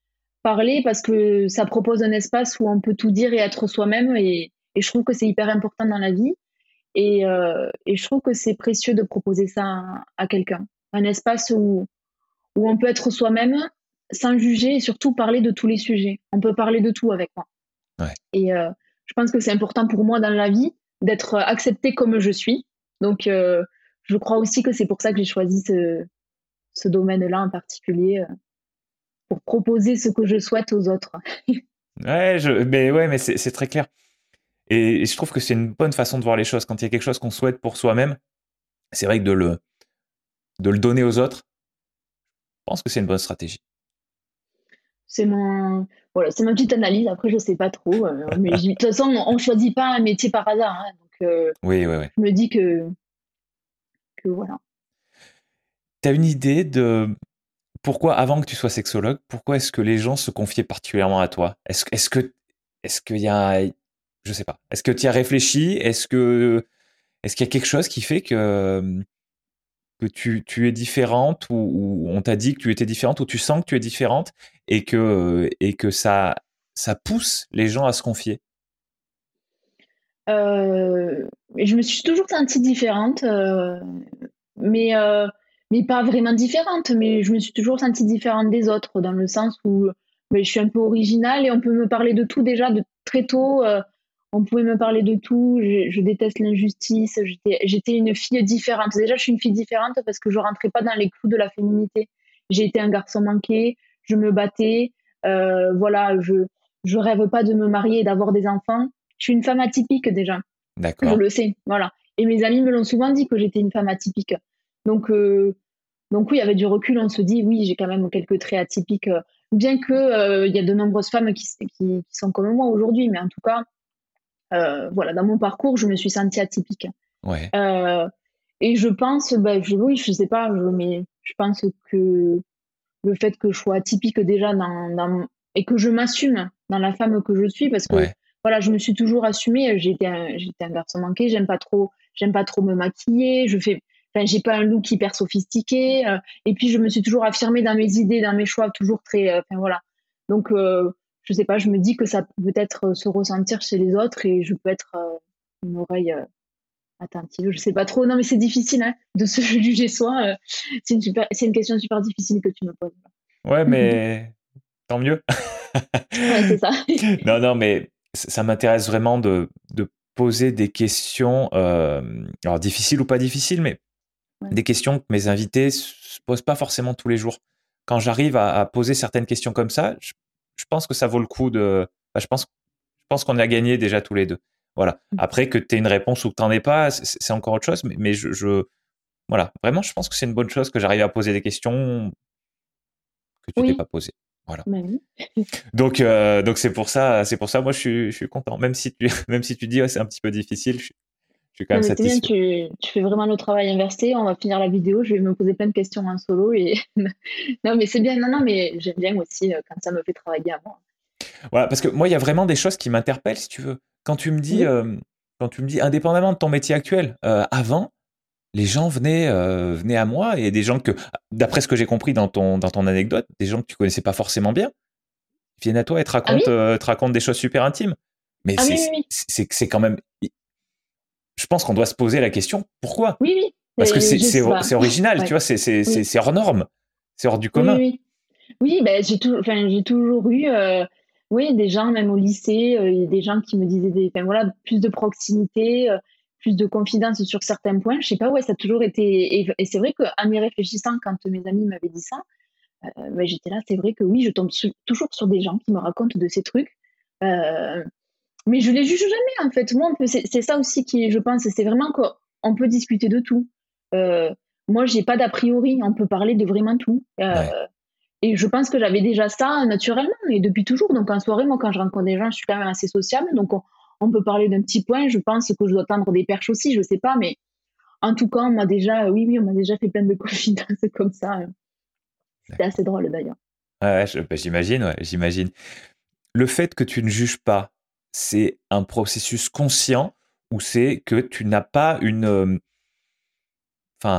parler parce que ça propose un espace où on peut tout dire et être soi-même et, et je trouve que c'est hyper important dans la vie et, euh, et je trouve que c'est précieux de proposer ça à, à quelqu'un. Un espace où, où on peut être soi-même sans juger et surtout parler de tous les sujets. On peut parler de tout avec moi. Ouais. Et euh, je pense que c'est important pour moi dans la vie d'être acceptée comme je suis. Donc, euh, je crois aussi que c'est pour ça que j'ai choisi ce, ce domaine-là en particulier, euh, pour proposer ce que je souhaite aux autres. Ouais, je, mais ouais, mais c'est, c'est très clair. Et, et je trouve que c'est une bonne façon de voir les choses. Quand il y a quelque chose qu'on souhaite pour soi-même, c'est vrai que de le, de le donner aux autres, je pense que c'est une bonne stratégie. C'est mon, voilà, c'est ma petite analyse. Après, je sais pas trop. Euh, mais de toute façon, on ne choisit pas un métier par hasard. Hein, donc, euh, Oui, oui, oui. je me dis que, que voilà. Tu as une idée de pourquoi, avant que tu sois sexologue, pourquoi est-ce que les gens se confiaient particulièrement à toi? Est-ce, est-ce que, est-ce qu'il y a, je sais pas, est-ce que tu y as réfléchi? Est-ce que, est-ce qu'il y a quelque chose qui fait que, que tu, tu es différente ou, ou on t'a dit que tu étais différente ou tu sens que tu es différente et que, et que ça, ça pousse les gens à se confier? Euh, je me suis toujours sentie différente, euh, mais, euh, mais pas vraiment différente, mais je me suis toujours sentie différente des autres, dans le sens où mais je suis un peu originale et on peut me parler de tout déjà de très tôt. Euh, on pouvait me parler de tout. Je, je déteste l'injustice. J'étais, j'étais une fille différente. Déjà, je suis une fille différente parce que je rentrais pas dans les clous de la féminité. J'ai été un garçon manqué. Je me battais. Euh, voilà, je je rêve pas de me marier et d'avoir des enfants. Je suis une femme atypique déjà. Je D'accord. le sais, voilà. Et mes amis me l'ont souvent dit que j'étais une femme atypique. Donc, euh, donc oui, avec du recul, on se dit oui, j'ai quand même quelques traits atypiques. euh, Bien que euh, il y a de nombreuses femmes qui, qui, qui sont comme moi aujourd'hui, mais en tout cas, euh, voilà, dans mon parcours, je me suis sentie atypique. Ouais. Euh, et je pense, ben, je, oui, je sais pas, je, mais je pense que le fait que je sois atypique déjà dans, dans, et que je m'assume dans la femme que je suis, parce que Ouais. voilà, je me suis toujours assumée. J'étais un, j'étais un garçon manqué, j'aime pas trop, j'aime pas trop me maquiller, je fais, enfin, j'ai pas un look hyper sophistiqué, euh, et puis je me suis toujours affirmée dans mes idées, dans mes choix, toujours très, euh, enfin voilà. Donc, euh, je sais pas, je me dis que ça peut peut-être se ressentir chez les autres et je peux être euh, une oreille euh, attentive. Je sais pas trop. Non, mais c'est difficile hein, de se juger soi. euh, c'est une super, c'est une question super difficile que tu me poses. Ouais, mais tant mieux. Ouais, c'est ça. Non, non, mais ça ça m'intéresse vraiment de, de poser des questions, euh, alors difficiles ou pas difficiles, mais Ouais. des questions que mes invités se posent pas forcément tous les jours. Quand j'arrive à, à poser certaines questions comme ça, je, je pense que ça vaut le coup de. Enfin, je pense, je pense qu'on a gagné déjà tous les deux. Voilà. Après que tu aies une réponse ou que tu n'en aies pas, c'est c'est encore autre chose. Mais, mais je, je- voilà, vraiment, je pense que c'est une bonne chose que j'arrive à poser des questions que tu t'es Oui, pas posées. Voilà. bah oui. Donc, euh, donc c'est pour ça, c'est pour ça, moi, je suis, je suis content. Même si tu, même si tu dis, ouais, c'est un petit peu difficile, je, suis- je suis quand Non, même mais c'est bien, satisfait. tu, tu fais vraiment le travail inversé. On va finir la vidéo. Je vais me poser plein de questions en solo. Et... non, mais c'est bien. Non, non, mais j'aime bien aussi euh, quand ça me fait travailler à moi. Voilà, parce que moi, il y a vraiment des choses qui m'interpellent, si tu veux. Quand tu me dis, Oui. euh, quand tu me dis, indépendamment de ton métier actuel, euh, avant, les gens venaient, euh, venaient à moi et des gens que, d'après ce que j'ai compris dans ton, dans ton anecdote, des gens que tu connaissais pas forcément bien, viennent à toi et te Ah oui? racontent, euh, te racontent des choses super intimes. Mais Ah c'est, oui, oui, oui. c'est, c'est quand même, je pense qu'on doit se poser la question, pourquoi? Oui, oui. Parce que Et c'est, je c'est, sais pas. c'est original, tu Ouais. vois, c'est, c'est, c'est, Oui. c'est hors norme, c'est hors du Oui, oui, commun. oui. Oui, ben, j'ai toujours, enfin, j'ai toujours eu, euh, oui, des gens, même au lycée, euh, il y a des gens qui me disaient des, enfin, voilà, plus de proximité, euh, plus de confidence sur certains points. Je sais pas, ouais, ça a toujours été, et, et c'est vrai qu'en y réfléchissant, quand mes amis m'avaient dit ça, euh, ben, j'étais là, c'est vrai que oui, je tombe su- toujours sur des gens qui me racontent de ces trucs, euh, mais je les juge jamais, en fait. Moi, on peut- c'est c'est ça aussi qui, je pense, c'est vraiment qu'on peut discuter de tout. Euh, Moi, j'ai pas d'a priori, on peut parler de vraiment tout. Euh, Ouais, et je pense que j'avais déjà ça naturellement, et depuis toujours. Donc en soirée, moi, quand je rencontre des gens, je suis quand même assez sociable. Donc on, on peut parler d'un petit point. Je pense que je dois tendre des perches aussi, je sais pas. Mais en tout cas, on m'a déjà, oui, oui, on m'a déjà fait plein de confidences comme ça. C'était assez d'accord. drôle d'ailleurs. Ouais, ouais, je- bah, j'imagine, ouais, j'imagine. Le fait que tu ne juges pas, c'est un processus conscient ou c'est que tu n'as pas une, euh, enfin,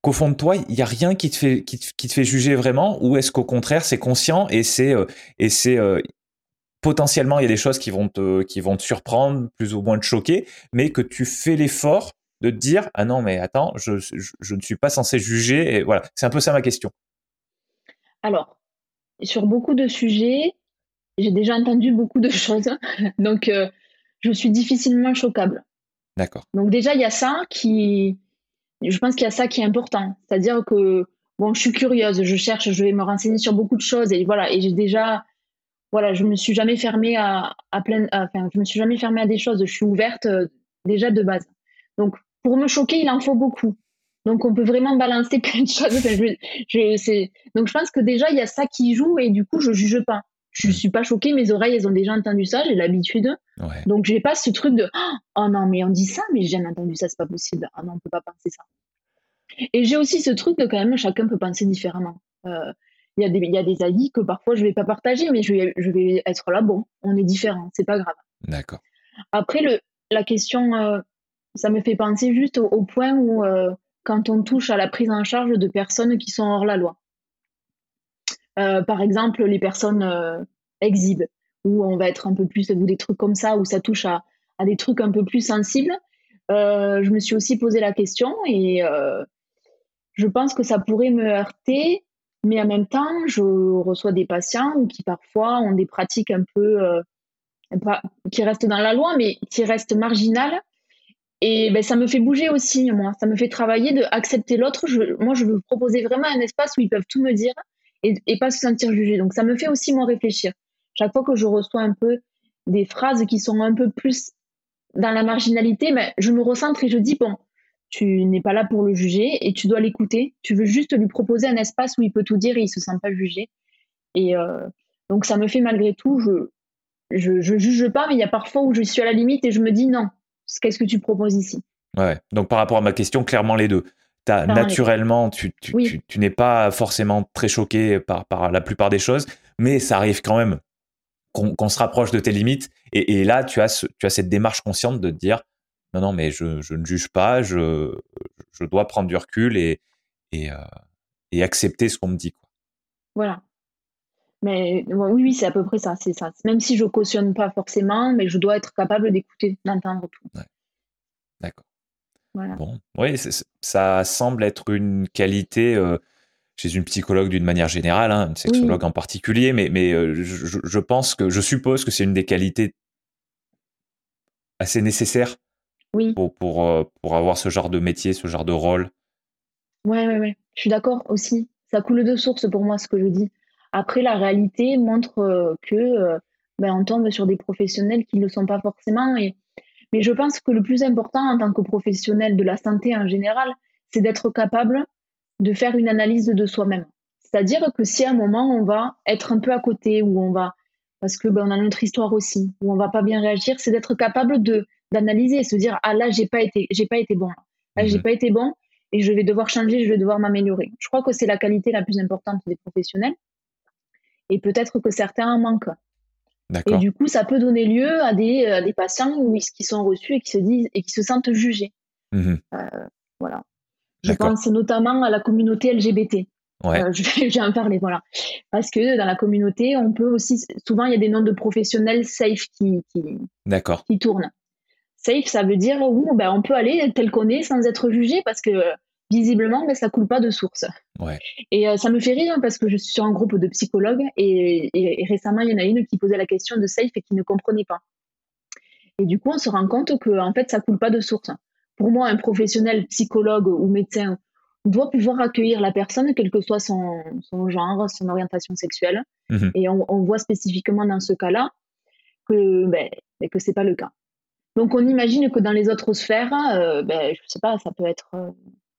qu'au fond de toi, il y a rien qui te fait qui te, qui te fait juger vraiment, ou est-ce qu'au contraire c'est conscient et c'est euh, et c'est euh, potentiellement il y a des choses qui vont te qui vont te surprendre, plus ou moins te choquer, mais que tu fais l'effort de te dire ah non mais attends, je je, je ne suis pas censé juger, et voilà, c'est un peu ça ma question. Alors, sur beaucoup de sujets, j'ai déjà entendu beaucoup de choses, donc euh, je suis difficilement choquable. D'accord. Donc déjà, il y a ça qui, je pense qu'il y a ça qui est important, c'est-à-dire que bon, je suis curieuse, je cherche, je vais me renseigner sur beaucoup de choses et voilà, et j'ai déjà, voilà, je me suis jamais fermée à, à plein, à- enfin, je me suis jamais fermée à des choses, je suis ouverte euh, déjà de base. Donc pour me choquer, il en faut beaucoup. Donc on peut vraiment balancer plein de choses. Enfin, je, je, c'est... Donc je pense que déjà il y a ça qui joue et du coup je juge pas. Je Mmh. suis pas choquée, mes oreilles elles ont déjà entendu ça, j'ai l'habitude. Ouais. Donc j'ai pas ce truc de oh non mais on dit ça mais j'ai jamais entendu ça, c'est pas possible. Ah non on peut pas penser ça. Et j'ai aussi ce truc de quand même chacun peut penser différemment. Euh, Il y, a des, il y a des avis que parfois je vais pas partager, mais je vais, je vais être là, bon, on est différents, c'est pas grave. D'accord. Après, le, la question, euh, ça me fait penser juste au, au point où, euh, quand on touche à la prise en charge de personnes qui sont hors la loi, euh, par exemple, les personnes euh, exhibes, où on va être un peu plus, ou des trucs comme ça, où ça touche à, à des trucs un peu plus sensibles, euh, je me suis aussi posé la question et euh, je pense que ça pourrait me heurter, mais en même temps, je reçois des patients qui parfois ont des pratiques un peu euh, pas- qui restent dans la loi, mais qui restent marginales. Et ben, ça me fait bouger aussi, moi. Ça me fait travailler de accepter l'autre. Je, moi, je veux proposer vraiment un espace où ils peuvent tout me dire et, et pas se sentir jugés. Donc, ça me fait aussi, moi, réfléchir. Chaque fois que je reçois un peu des phrases qui sont un peu plus dans la marginalité, ben, je me recentre et je dis, bon, tu n'es pas là pour le juger et tu dois l'écouter. Tu veux juste lui proposer un espace où il peut tout dire et il se sent pas jugé. Et euh, donc, ça me fait malgré tout, je, je, je juge pas, mais il y a parfois où je suis à la limite et je me dis non, qu'est-ce que tu proposes ici? Ouais. Donc par rapport à ma question, clairement les deux. T'as, Clairement les deux. naturellement, tu, tu, Oui, tu, tu n'es pas forcément très choqué par, par la plupart des choses, mais ça arrive quand même qu'on, qu'on se rapproche de tes limites. Et, et là, tu as, ce, tu as cette démarche consciente de te dire non, non, mais je, je ne juge pas, je, je dois prendre du recul et, et, euh, et accepter ce qu'on me dit, quoi. voilà. Mais ouais, oui, oui, c'est à peu près ça, c'est ça. Même si je cautionne pas forcément, mais je dois être capable d'écouter, d'entendre tout. Ouais, d'accord. Voilà. Bon, oui, c'est- ça semble être une qualité euh, chez une psychologue d'une manière générale, hein, une Oui, sexologue en particulier, mais, mais euh, je, je pense que, je suppose que c'est une des qualités assez nécessaires oui, pour, pour, euh, pour avoir ce genre de métier, ce genre de rôle. ouais, ouais, ouais. Je suis d'accord aussi. Ça coule de source pour moi, ce que je dis. Après, la réalité montre euh, que euh, ben, on tombe sur des professionnels qui ne le sont pas forcément. Et Mais je pense que le plus important en tant que professionnel de la santé en général, c'est d'être capable de faire une analyse de soi-même. C'est-à-dire que si à un moment on va être un peu à côté ou on va, parce que ben, on a notre histoire aussi, où on va pas bien réagir, c'est d'être capable de d'analyser et se dire ah là j'ai pas été j'ai pas été bon là, là j'ai Mhm. pas été bon et je vais devoir changer, je vais devoir m'améliorer. Je crois que c'est la qualité la plus importante des professionnels et peut-être que certains en manquent. Et D'accord. du coup, ça peut donner lieu à des, à des patients où, qui sont reçus et qui se disent et qui se sentent jugés. Mhm. Voilà. Je D'accord. pense notamment à la communauté L G B T. Ouais. Euh, je, vais, je vais en parler, voilà. Parce que dans la communauté, on peut aussi, souvent, il y a des noms de professionnels safe qui, qui, D'accord. qui tournent. Safe, ça veut dire où ben, on peut aller tel qu'on est sans être jugé parce que visiblement, ben, ça coule pas de source. Ouais. Et euh, ça me fait rire hein, parce que je suis sur un groupe de psychologues et, et, et récemment, il y en a une qui posait la question de safe et qui ne comprenait pas. Et du coup, on se rend compte que en fait, ça coule pas de source. Pour moi, un professionnel, psychologue ou médecin, doit pouvoir accueillir la personne, quel que soit son, son genre, son orientation sexuelle. Mhm. Et on, on voit spécifiquement dans ce cas-là que ben, que c'est pas le cas. Donc, on imagine que dans les autres sphères, euh, ben, je sais pas, ça peut être euh,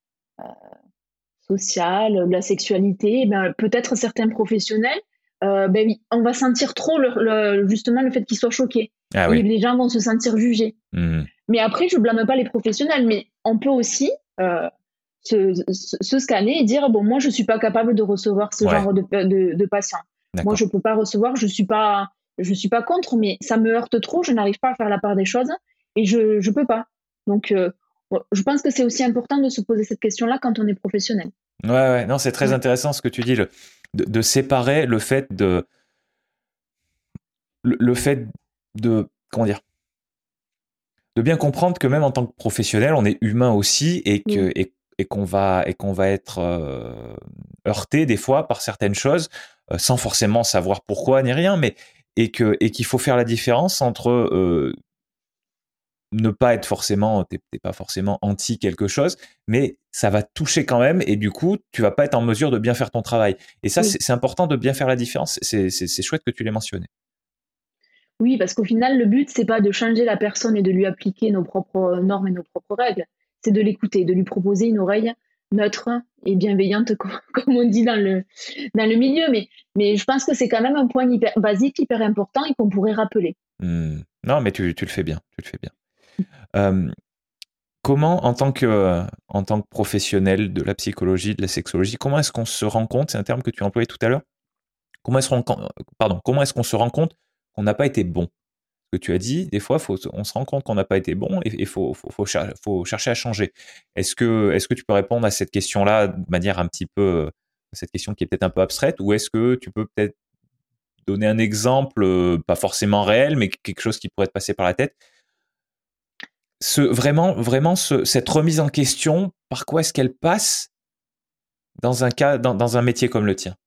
social, la sexualité, ben, peut-être certains professionnels, euh, ben oui, on va sentir trop le, le, justement le fait qu'ils soient choqués. Ah Et oui. les gens vont se sentir jugés. Mhm. Mais après, je blâme pas les professionnels, mais on peut aussi euh, se, se, se scanner et dire bon, moi, je suis pas capable de recevoir ce Ouais. genre de, de, de patient. Moi, D'accord. je peux pas recevoir, je suis pas, je suis pas contre, mais ça me heurte trop, je n'arrive pas à faire la part des choses et je, je peux pas. Donc, euh, bon, je pense que c'est aussi important de se poser cette question-là quand on est professionnel. Ouais, ouais, non, c'est très Ouais. intéressant ce que tu dis, le, de, de séparer le fait de, le, le fait de, comment dire, de bien comprendre que même en tant que professionnel, on est humain aussi et que Oui. et, et qu'on va et qu'on va être euh, heurté des fois par certaines choses euh, sans forcément savoir pourquoi ni rien, mais et que et qu'il faut faire la différence entre euh, ne pas être forcément, t'es, t'es pas forcément anti quelque chose, mais ça va te toucher quand même et du coup, tu vas pas être en mesure de bien faire ton travail. Et ça, Oui. c'est, c'est important de bien faire la différence. C'est, c'est, c'est chouette que tu l'aies mentionné. Oui, parce qu'au final, le but, c'est pas de changer la personne et de lui appliquer nos propres normes et nos propres règles. C'est de l'écouter, de lui proposer une oreille neutre et bienveillante, comme, comme on dit dans le, dans le milieu. Mais, mais je pense que c'est quand même un point hyper basique, hyper important et qu'on pourrait rappeler. Hmm. Non, mais tu, tu le fais bien. Tu le fais bien. Euh, Comment, en tant que, euh, en tant que professionnel de la psychologie, de la sexologie, comment est-ce qu'on se rend compte, c'est un terme que tu as employé tout à l'heure, comment est-ce qu'on, pardon, comment est-ce qu'on se rend compte qu'on n'a pas été bon? Ce que tu as dit, des fois, faut, on se rend compte qu'on n'a pas été bon et il faut, faut, faut, cher- faut chercher à changer. Est-ce que, est-ce que tu peux répondre à cette question-là de manière un petit peu, euh, cette question qui est peut-être un peu abstraite, ou est-ce que tu peux peut-être donner un exemple, euh, pas forcément réel, mais quelque chose qui pourrait te passer par la tête? Ce, vraiment, vraiment ce- cette remise en question, par quoi est-ce qu'elle passe dans un cas, dans, dans un métier comme le tien?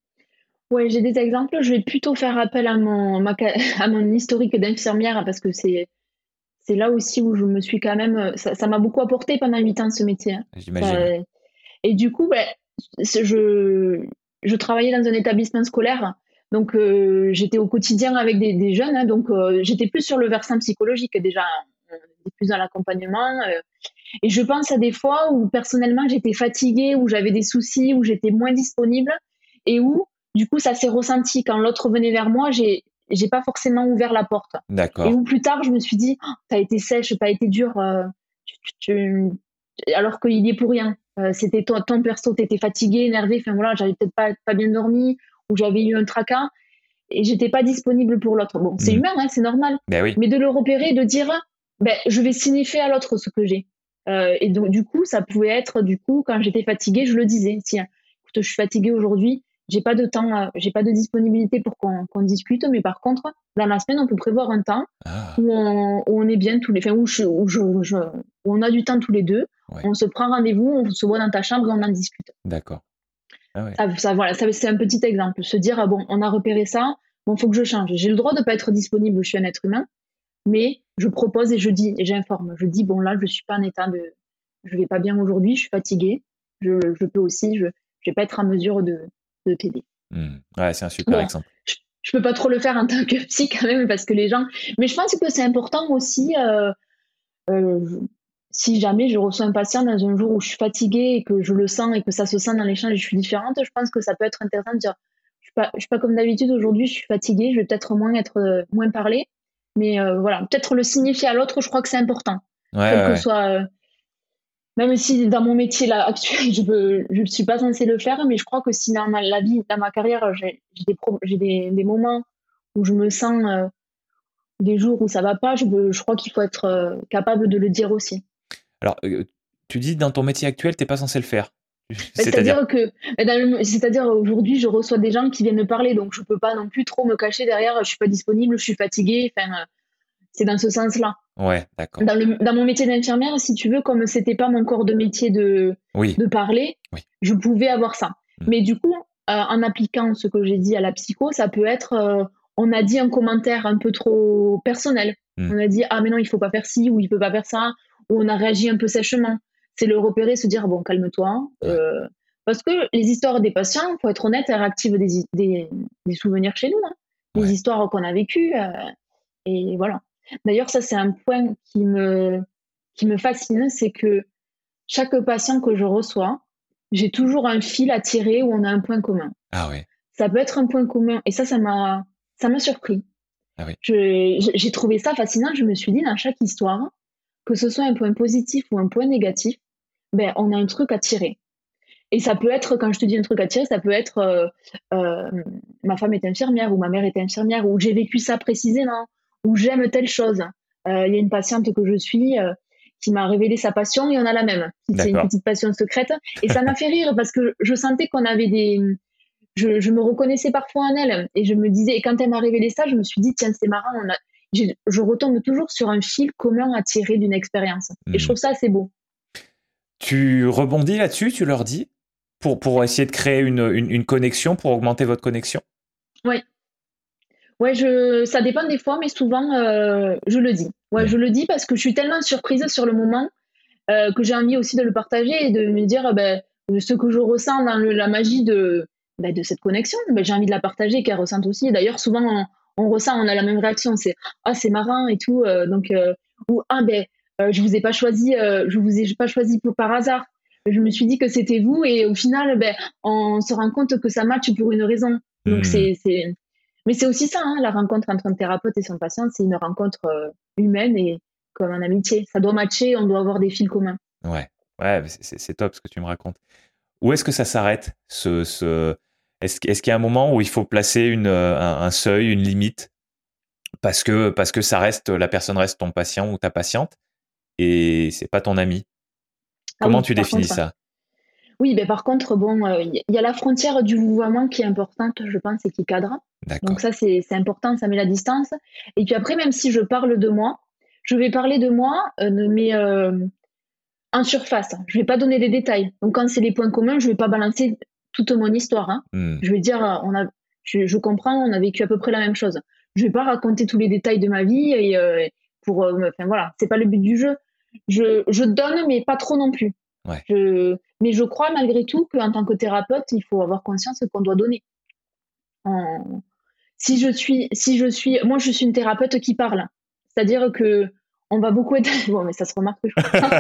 Ouais, j'ai des exemples. Je vais plutôt faire appel à mon, ma ca- à mon historique d'infirmière parce que c'est, c'est là aussi où je me suis quand même. Ça, ça m'a beaucoup apporté pendant huit ans ce métier, hein. J'imagine. Ça- et du coup, ben, c'est- je, je travaillais dans un établissement scolaire. Donc, euh, j'étais au quotidien avec des, des jeunes. Hein, donc, euh, j'étais plus sur le versant psychologique déjà. On était plus dans l'accompagnement. euh, et je pense à des fois où personnellement j'étais fatiguée, où j'avais des soucis, où j'étais moins disponible et où du coup ça s'est ressenti quand l'autre venait vers moi, j'ai j'ai pas forcément ouvert la porte. Et D'accord. où plus tard je me suis dit, oh, t'as été sèche, t'as été dure, euh, tu, tu, tu, alors qu'il y est pour rien. Euh, c'était ton, ton perso, t'étais fatiguée, énervée, enfin voilà, j'avais peut-être pas, pas bien dormi ou j'avais eu un tracas et j'étais pas disponible pour l'autre. Bon, c'est Mhm. humain, hein, c'est normal. Ben oui. Mais de le repérer, de dire, ben, je vais signifier à l'autre ce que j'ai. Euh, et donc, du coup, ça pouvait être, du coup, quand j'étais fatiguée, je le disais. Tiens, écoute, je suis fatiguée aujourd'hui, j'ai pas de temps, euh, j'ai pas de disponibilité pour qu'on qu'on discute, mais par contre, dans la semaine, on peut prévoir un temps Ah, où on, où on est bien tous les, enfin, où, je, où, je, je- où on a du temps tous les deux, ouais. on se prend rendez-vous, on se voit dans ta chambre et on en discute. D'accord. Ah ouais. Ça, ça, voilà, ça, c'est un petit exemple. Se dire, ah bon, on a repéré ça, bon, faut que je change. J'ai le droit de ne pas être disponible, je suis un être humain, mais je propose et je dis, et j'informe. Je dis, bon, là, je suis pas en état de, je vais pas bien aujourd'hui, je suis fatiguée, je, je peux aussi, je, je vais pas être en mesure de, de t'aider. Mhm. Ouais, c'est un super Bon, exemple. je, je peux pas trop le faire en tant que psy quand même, parce que les gens, mais je pense que c'est important aussi, euh, euh, si jamais je reçois un patient dans un jour où je suis fatiguée et que je le sens et que ça se sent dans l'échange et je suis différente, je pense que ça peut être intéressant de dire je suis pas, je suis pas comme d'habitude aujourd'hui, je suis fatiguée, je vais peut-être moins être euh, moins parler, mais euh, voilà, peut-être le signifier à l'autre, je crois que c'est important, Ouais, ouais, quel que ouais. soit, euh, même si dans mon métier là actuel, je peux, je suis pas censée le faire, mais je crois que si dans ma, la vie, dans ma carrière, j'ai, j'ai des, pro- j'ai des, des moments où je me sens euh, des jours où ça va pas, je, veux- je crois qu'il faut être euh, capable de le dire aussi. Alors, euh, tu dis dans ton métier actuel, t'es pas censé le faire. Bah, C'est-à-dire? c'est-à-dire que, bah, dans le- c'est-à-dire aujourd'hui, je reçois des gens qui viennent me parler, donc je peux pas non plus trop me cacher derrière. Je suis pas disponible, je suis fatiguée. Enfin, euh, c'est dans ce sens-là. Ouais, d'accord. Dans le, dans mon métier d'infirmière, si tu veux, comme c'était pas mon corps de métier de Oui, de parler, oui. je pouvais avoir ça. Mhm. Mais du coup, euh, en appliquant ce que j'ai dit à la psycho, ça peut être, euh, on a dit un commentaire un peu trop personnel. Mhm. On a dit ah mais non, il faut pas faire ci ou il peut pas faire ça, ou on a réagi un peu sèchement. C'est le repérer, se dire bon calme-toi. Ouais, Euh, parce que les histoires des patients, faut être honnête, elles réactivent des, des, des souvenirs chez nous, hein. Des ouais. histoires qu'on a vécues. euh, et voilà. D'ailleurs, ça c'est un point qui me qui me fascine, c'est que chaque patient que je reçois, j'ai toujours un fil à tirer où on a un point commun. Ah ouais. Ça peut être un point commun, et ça, ça m'a, ça m'a surpris. Ah oui. Je- j'ai trouvé ça fascinant. Je me suis dit, dans chaque histoire, que ce soit un point positif ou un point négatif, ben, on a un truc à tirer. Et ça peut être, quand je te dis un truc à tirer, ça peut être euh, euh, ma femme est infirmière ou ma mère est infirmière ou j'ai vécu ça précisément ou j'aime telle chose. Euh, Il y a une patiente que je suis euh, qui m'a révélé sa passion et on a la même. C'est une D'accord. petite passion secrète. Et ça m'a fait rire parce que je sentais qu'on avait des... Je, je me reconnaissais parfois en elle et je me disais, et quand elle m'a révélé ça, je me suis dit, tiens, c'est marrant, on a, je, je retombe toujours sur un fil commun à tirer d'une expérience. Et je Hmm. trouve ça assez beau. Tu rebondis là-dessus, tu leur dis, pour, pour essayer de créer une, une, une connexion, pour augmenter votre connexion? Ouais. Ouais, je, ça dépend des fois, mais souvent, euh, je le dis. Ouais, Hmm. je le dis parce que je suis tellement surprise sur le moment euh, que j'ai envie aussi de le partager et de me dire, euh, ben, ce que je ressens dans le, la magie de, ben, de cette connexion, ben, j'ai envie de la partager et qu'elle ressente aussi. Et d'ailleurs, souvent, on, on ressent, on a la même réaction, c'est ah, c'est marrant et tout, euh, donc euh, ou ah ben, euh, je vous ai pas choisi, euh, je vous ai pas choisi pour, par hasard. Je me suis dit que c'était vous et au final, ben, on se rend compte que ça matche pour une raison. Donc Hmm. c'est, c'est, mais c'est aussi ça, hein, la rencontre entre un thérapeute et son patient, c'est une rencontre euh, humaine et comme en amitié. Ça doit matcher, on doit avoir des fils communs. Ouais, ouais, c'est, c'est top ce que tu me racontes. Où est-ce que ça s'arrête ce, ce... Est-ce, est-ce qu'il y a un moment où il faut placer une, un, un seuil, une limite, parce que, parce que ça reste, la personne reste ton patient ou ta patiente et c'est pas ton ami? Ah Comment oui, tu par définis contre, ça? oui, ben par contre, bon, euh, il y a la frontière du vouvoiement qui est importante, je pense, et qui cadre. Donc D'accord. ça, c'est c'est important, ça met la distance. Et puis après, même si je parle de moi, je vais parler de moi, euh, de mes, euh, en surface. Je vais pas donner des détails. Donc quand c'est les points communs, je vais pas balancer toute mon histoire. Hein. Hmm. Je vais dire, euh, on a, je, je comprends, on a vécu à peu près la même chose. Je vais pas raconter tous les détails de ma vie et euh, pour, euh, me- enfin voilà, c'est pas le but du jeu. Je, je donne, mais pas trop non plus. Ouais. Je, mais je crois malgré tout qu'en tant que thérapeute, il faut avoir conscience qu'on doit donner. En- Si je suis, si je suis, moi je suis une thérapeute qui parle. C'est-à-dire que on va beaucoup être. Bon, mais ça se remarque que je crois.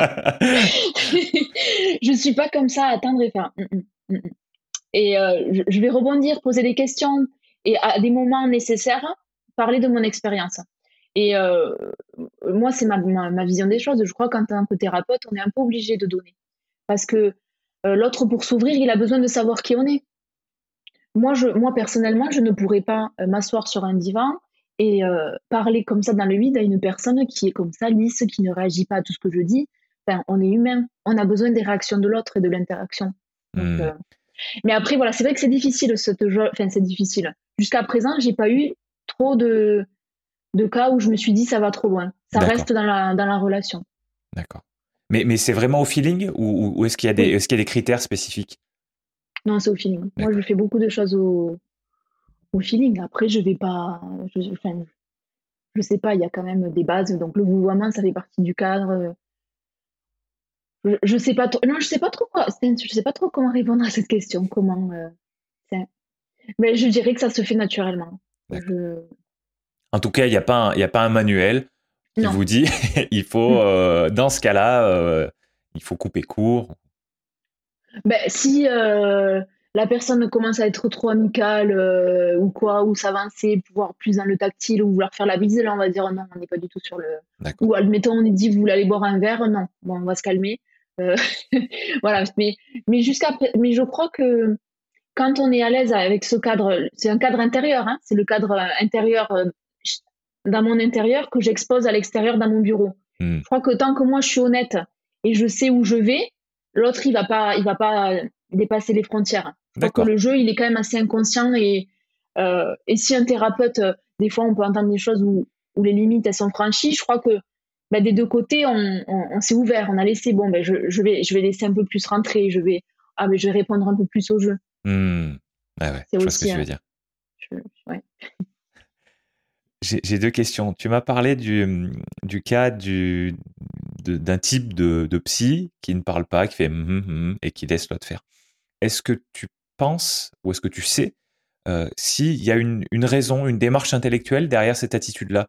Je suis pas comme ça à attendre et faire. Mm, mm, mm, mm. Et euh, je, je vais rebondir, poser des questions et à des moments nécessaires, parler de mon expérience. Et euh, moi, c'est ma, ma, ma vision des choses. Je crois qu'en tant que thérapeute, on est un peu obligé de donner. Parce que euh, l'autre, pour s'ouvrir, il a besoin de savoir qui on est. Moi, je, moi personnellement, je ne pourrais pas euh, m'asseoir sur un divan et euh, parler comme ça dans le vide à une personne qui est comme ça, lisse, qui ne réagit pas à tout ce que je dis. Enfin, on est humain. On a besoin des réactions de l'autre et de l'interaction. Donc, Hmm. euh, mais après, voilà, c'est vrai que c'est difficile, cette jeu. Enfin, c'est difficile. Jusqu'à présent, j'ai pas eu trop de, de cas où je me suis dit ça va trop loin. Ça D'accord. reste dans la, dans la relation. D'accord. Mais, mais c'est vraiment au feeling ou, ou- ou est-ce qu'il y a des, Oui, est-ce qu'il y a des critères spécifiques? non, c'est au feeling. Moi, je D'accord. fais beaucoup de choses au, au feeling. Après, je vais pas. Je, enfin, je sais pas, il y a quand même des bases. Donc, le vouvoiement, ça fait partie du cadre. Je, je sais pas trop. Non, je sais pas trop quoi. Je sais pas trop comment répondre à cette question. Comment. euh, c'est- Mais je dirais que ça se fait naturellement. D'accord. Je... En tout cas, il n'y a pas un, il y a pas un manuel qui Non. vous dit il faut, euh, dans ce cas-là, euh, il faut couper court. Ben, si euh, la personne commence à être trop amicale euh, ou quoi, ou s'avancer, pouvoir plus dans le tactile ou vouloir faire la bise, là on va dire non, on n'est pas du tout sur le. D'accord. Ou admettons, on est dit vous voulez aller boire un verre, non, bon, on va se calmer. Euh, voilà, mais, mais jusqu'à mais je crois que quand on est à l'aise avec ce cadre, c'est un cadre intérieur, hein, c'est le cadre euh, intérieur euh, dans mon intérieur que j'expose à l'extérieur dans mon bureau. Hmm. Je crois que tant que moi je suis honnête et je sais où je vais, l'autre il va pas, il va pas dépasser les frontières. Je crois que D'accord. le jeu il est quand même assez inconscient et euh, et si un thérapeute, euh, des fois on peut entendre des choses où, où les limites elles sont franchies. Je crois que bah, des deux côtés on, on, on s'est ouvert, on a laissé bon ben je, je vais je vais laisser un peu plus rentrer, je vais ah mais je vais répondre un peu plus au jeu. Hmm. Ouais, ouais, C'est je vois ce que aussi tu veux hein, dire. je, ouais. J'ai j'ai deux questions. Tu m'as parlé du, du cas du, de- d'un type de, de psy qui ne parle pas, qui fait hum, hum, hum et qui laisse l'autre faire. Est-ce que tu penses, ou est-ce que tu sais, euh, s'il y a une, une raison, une démarche intellectuelle derrière cette attitude-là?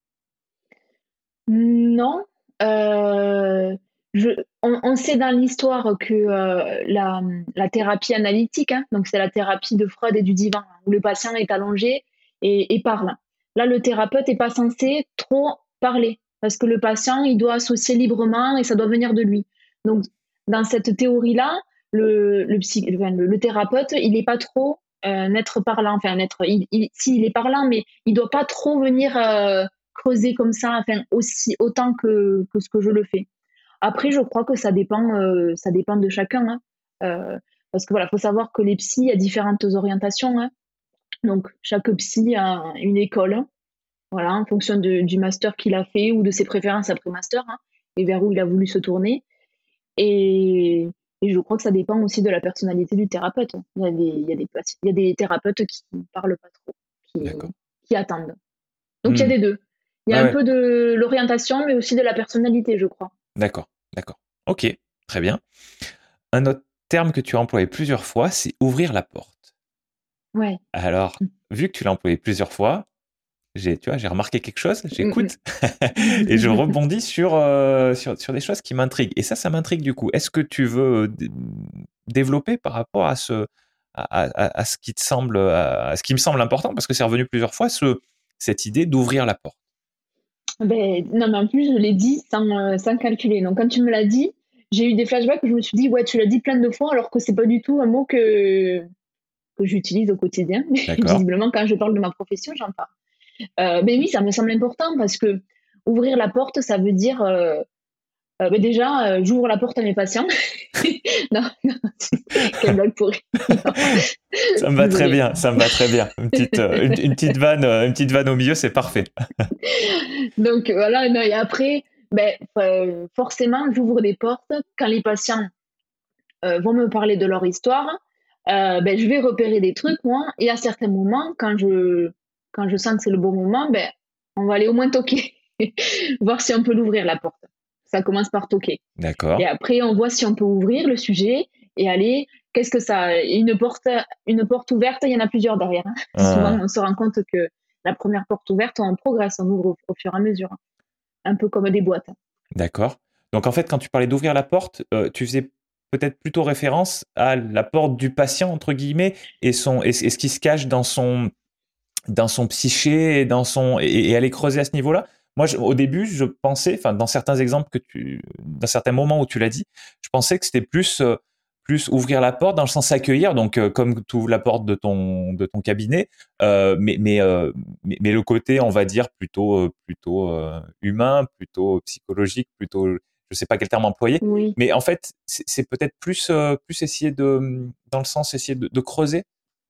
Non, euh, je, on, on sait dans l'histoire que euh, la, la thérapie analytique, hein, donc c'est la thérapie de Freud et du divin, hein, où le patient est allongé et, et parle. Là, le thérapeute n'est pas censé trop parler, parce que le patient, il doit associer librement et ça doit venir de lui. Donc, dans cette théorie-là, le, le, psy, enfin, le, le thérapeute, il n'est pas trop euh, un être parlant, enfin un être, il, il, si, il est parlant, mais il ne doit pas trop venir... Euh, creuser comme ça, enfin aussi autant que, que ce que je le fais. Après, je crois que ça dépend, euh, ça dépend de chacun, hein. Euh, parce que voilà, faut savoir que les psys, il y a différentes orientations, hein. Donc, chaque psy a une école, hein, voilà, en fonction de, du master qu'il a fait ou de ses préférences après master, hein, et vers où il a voulu se tourner. Et, et je crois que ça dépend aussi de la personnalité du thérapeute. Il y a des, il y a des, il y a des thérapeutes qui ne parlent pas trop, qui, D'accord. qui attendent. Donc, il y a Hmm. des deux. Il y a Ah un ouais. peu de l'orientation, mais aussi de la personnalité, je crois. D'accord, d'accord. Ok, très bien. Un autre terme que tu as employé plusieurs fois, c'est ouvrir la porte. Ouais. Alors, vu que tu l'as employé plusieurs fois, j'ai, tu vois, j'ai remarqué quelque chose, j'écoute et je rebondis sur, euh, sur, sur des choses qui m'intriguent. Et ça, ça m'intrigue du coup. Est-ce que tu veux d- développer par rapport à ce, à, à- à ce qui te semble, à, à ce qui me semble important, parce que c'est revenu plusieurs fois, ce, cette idée d'ouvrir la porte. Ben, non, mais en plus, je l'ai dit sans, euh, sans calculer. Donc, quand tu me l'as dit, j'ai eu des flashbacks où je me suis dit, ouais, tu l'as dit plein de fois, alors que c'est pas du tout un mot que, que j'utilise au quotidien. Mais D'accord. visiblement, quand je parle de ma profession, j'en parle. Euh, mais oui, ça me semble important parce que ouvrir la porte, ça veut dire. Euh, euh, ben déjà, euh, j'ouvre la porte à mes patients. non, non, quelle blague pourrie. Non. Ça me va très Désolée. bien, ça me va très bien. Une petite, euh, une, une petite vanne, euh, une petite vanne au milieu, c'est parfait. Donc voilà, non, et après, ben, euh, forcément, j'ouvre des portes quand les patients euh, vont me parler de leur histoire. Euh, ben, je vais repérer des trucs, moi, et à certains moments, quand je, quand je sens que c'est le bon moment, ben, on va aller au moins toquer, voir si on peut l'ouvrir, la porte. Ça commence par toquer. D'accord. Et après, on voit si on peut ouvrir le sujet et aller. Qu'est-ce que ça une porte, une porte ouverte, il y en a plusieurs derrière, hein. Euh, Souvent, on se rend compte que la première porte ouverte, on progresse, on ouvre au, au fur et à mesure, hein. Un peu comme des boîtes. D'accord. Donc en fait, quand tu parlais d'ouvrir la porte, euh, tu faisais peut-être plutôt référence à la porte du patient, entre guillemets, et, son, et, et ce qui se cache dans son, dans son psyché et, dans son, et, et aller creuser à ce niveau-là. Moi, je, au début, je pensais, enfin, dans certains exemples que tu, dans certains moments où tu l'as dit, je pensais que c'était plus, euh, plus ouvrir la porte dans le sens accueillir, donc euh, comme tu ouvres la porte de ton, de ton cabinet, euh, mais, mais, euh, mais, mais le côté, on va dire, plutôt, euh, plutôt euh, humain, plutôt psychologique, plutôt, je sais pas quel terme employer, Oui. mais en fait, c'est, c'est peut-être plus, euh, plus essayer de, dans le sens essayer de, de creuser.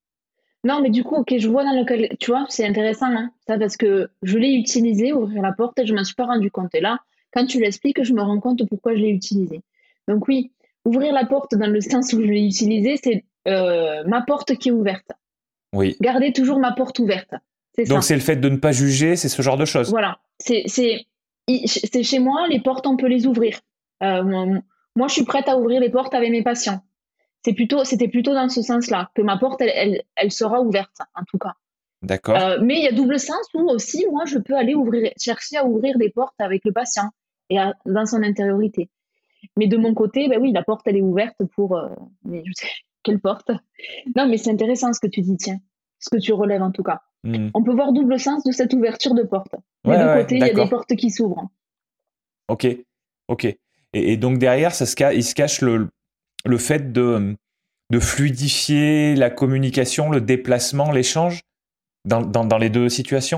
Non, mais du coup, ok, je vois dans lequel, tu vois, c'est intéressant, hein, ça, parce que je l'ai utilisé, ouvrir la porte, et je m'en suis pas rendu compte. Et là, quand tu l'expliques, je me rends compte pourquoi je l'ai utilisé. Donc oui, ouvrir la porte dans le sens où je l'ai utilisé, c'est euh, ma porte qui est ouverte. Oui. Garder toujours ma porte ouverte. C'est Donc ça. c'est le fait de ne pas juger, c'est ce genre de choses. Voilà. C'est, c'est, i- c'est chez moi, les portes, on peut les ouvrir. Euh, moi, moi, je suis prête à ouvrir les portes avec mes patients. C'est plutôt, c'était plutôt dans ce sens-là, que ma porte, elle, elle, elle sera ouverte, en tout cas. D'accord. Euh, mais il y a double sens où aussi, moi, je peux aller ouvrir, chercher à ouvrir des portes avec le patient et à- dans son intériorité. Mais de mon côté, ben oui, la porte, elle est ouverte pour. Euh, mais je sais, quelle porte? Non, mais c'est intéressant ce que tu dis, tiens. Ce que tu relèves en tout cas. Hmm. On peut voir double sens de cette ouverture de porte. Des Ouais, deux ouais, côtés, il y a des d'accord. portes qui s'ouvrent. Ok, ok. Et, et donc derrière, ça se ca- il se cache le, le fait de, de fluidifier la communication, le déplacement, l'échange dans, dans, dans les deux situations.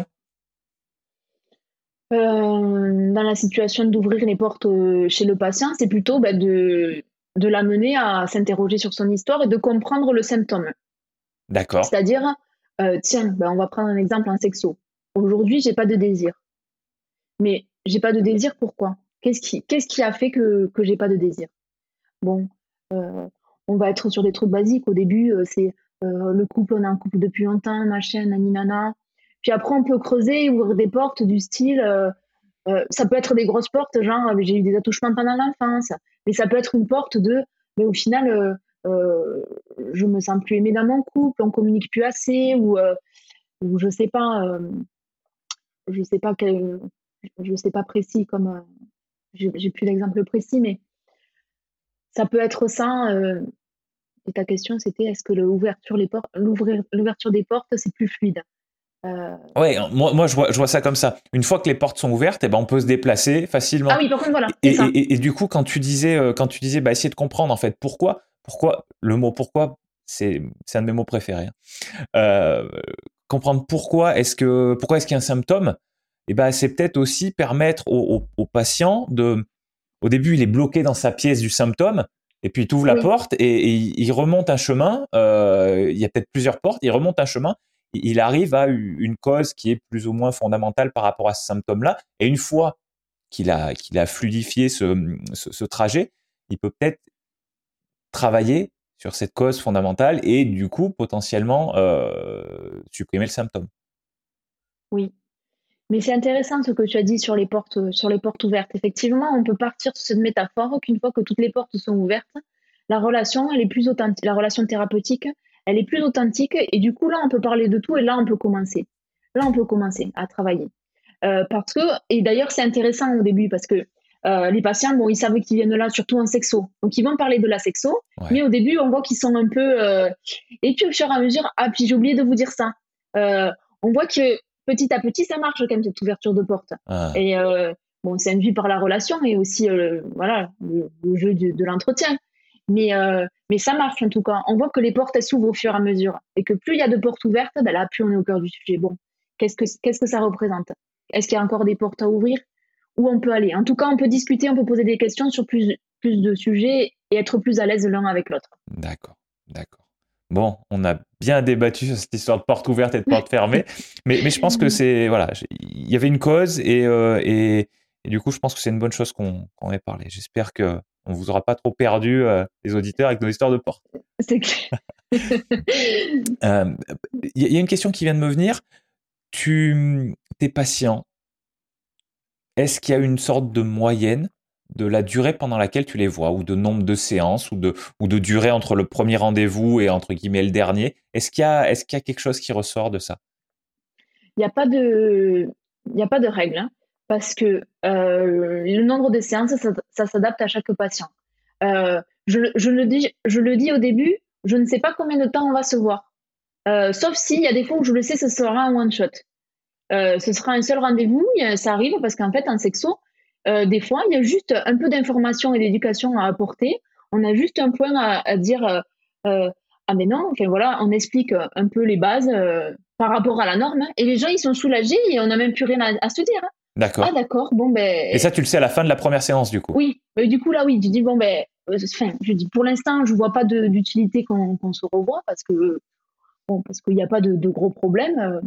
Euh, dans la situation d'ouvrir les portes euh, chez le patient, c'est plutôt ben, de, de l'amener à s'interroger sur son histoire et de comprendre le symptôme. D'accord. C'est-à-dire, euh, tiens, ben, on va prendre un exemple en sexo. Aujourd'hui, j'ai pas de désir. Mais j'ai pas de désir, pourquoi? Qu'est-ce qui, qu'est-ce qui a fait que, que j'ai pas de désir? Bon, euh, on va être sur des trucs basiques. Au début, euh, c'est euh, le couple, on est en couple depuis longtemps, machin, nani, nana. Puis après, on peut creuser et ouvrir des portes du style. Euh, euh, ça peut être des grosses portes, genre euh, j'ai eu des attouchements pendant l'enfance. Mais ça peut être une porte de. Mais au final, euh, euh, je me sens plus aimée dans mon couple, on communique plus assez, ou, euh, ou je sais pas. Euh, je sais pas quel, je sais pas précis comme. Euh, j'ai j'ai plus d'exemple précis, mais ça peut être ça. Euh, et ta question, c'était est-ce que l'ouverture, les portes, l'ouvrir, l'ouverture des portes, c'est plus fluide? Euh, Ouais, moi, moi je, vois, je vois ça comme ça. Une fois que les portes sont ouvertes, eh ben, on peut se déplacer Ah facilement. oui, par contre, voilà, Et, c'est ça. et, et, et du coup, quand tu disais, euh, quand tu disais bah, essayer de comprendre en fait pourquoi, pourquoi le mot pourquoi, c'est, c'est un de mes mots préférés, hein. Euh, comprendre pourquoi est-ce que pourquoi est-ce qu'il y a un symptôme, et ben, c'est peut-être aussi permettre au, au, au patient de, au début, il est bloqué dans sa pièce du symptôme, et puis tu ouvres la Oui, porte et, et il il remonte un chemin. Euh, il y a peut-être plusieurs portes. Il remonte un chemin. Il arrive à une cause qui est plus ou moins fondamentale par rapport à ce symptôme-là. Et une fois qu'il a, qu'il a fluidifié ce, ce, ce trajet, il peut peut-être travailler sur cette cause fondamentale et du coup potentiellement euh, supprimer le symptôme. oui. Mais c'est intéressant ce que tu as dit sur les portes, euh, sur les portes ouvertes. Effectivement, on peut partir sur cette métaphore qu'une fois que toutes les portes sont ouvertes, la relation, elle est plus authentique, la relation thérapeutique, elle est plus authentique et du coup là, on peut parler de tout et là, on peut commencer. Là, on peut commencer à travailler. Euh, parce que, et d'ailleurs, c'est intéressant au début parce que euh, les patients, bon, ils savent qu'ils viennent là surtout en sexo. Donc, ils vont parler de la sexo, Ouais. mais au début, on voit qu'ils sont un peu. Euh, et puis, au fur et à mesure, ah, puis j'ai oublié de vous dire ça. Euh, on voit que petit à petit, ça marche quand même, cette ouverture de porte. Ah, Et euh, bon, c'est induit par la relation et aussi euh, voilà, le, le jeu de, de l'entretien. Mais, euh, mais ça marche en tout cas. On voit que les portes, elles s'ouvrent au fur et à mesure. Et que plus il y a de portes ouvertes, ben là, plus on est au cœur du sujet. Bon, qu'est-ce que, qu'est-ce que ça représente? Est-ce qu'il y a encore des portes à ouvrir? Où on peut aller? En tout cas, on peut discuter, on peut poser des questions sur plus, plus de sujets et être plus à l'aise l'un avec l'autre. d'accord, d'accord. Bon, on a bien débattu sur cette histoire de porte ouverte et de porte fermée, mais, mais je pense que c'est voilà, il y avait une cause et, euh, et, et du coup, je pense que c'est une bonne chose qu'on qu'on ait parlé. J'espère que on vous aura pas trop perdu euh, les auditeurs avec nos histoires de porte. C'est clair. Euh, Il y, y a une question qui vient de me venir. Tu, tes patients, est-ce qu'il y a une sorte de moyenne de la durée pendant laquelle tu les vois, ou de nombre de séances, ou de, ou de durée entre le premier rendez-vous et entre guillemets le dernier? Est-ce qu'il y a, est-ce qu'il y a quelque chose qui ressort de ça? Il n'y a pas de, il n'y a pas de règle, hein, parce que euh, le nombre de séances, ça, ça s'adapte à chaque patient. Euh, je, je, le dis, je le dis au début, je ne sais pas combien de temps on va se voir. Euh, sauf s'il y a des fois où je le sais, ce sera un one-shot. Euh, ce sera un seul rendez-vous, il y a- ça arrive parce qu'en fait, en sexo, euh, des fois, il y a juste un peu d'information et d'éducation à apporter. On a juste un point à, à dire, euh, euh, ah mais non, enfin voilà, on explique euh, un peu les bases euh, par rapport à la norme, hein, et les gens, ils sont soulagés et on n'a même plus rien à, à se dire, hein. Ah D'accord. d'accord, bon Et ben ça, tu le sais à la fin de la première séance, du coup. oui, mais du coup là oui, tu dis bon ben, euh, enfin, je dis pour l'instant, je vois pas de- d'utilité qu'on qu'on se revoie parce que bon, parce qu'il n'y a pas de, de gros problèmes. euh,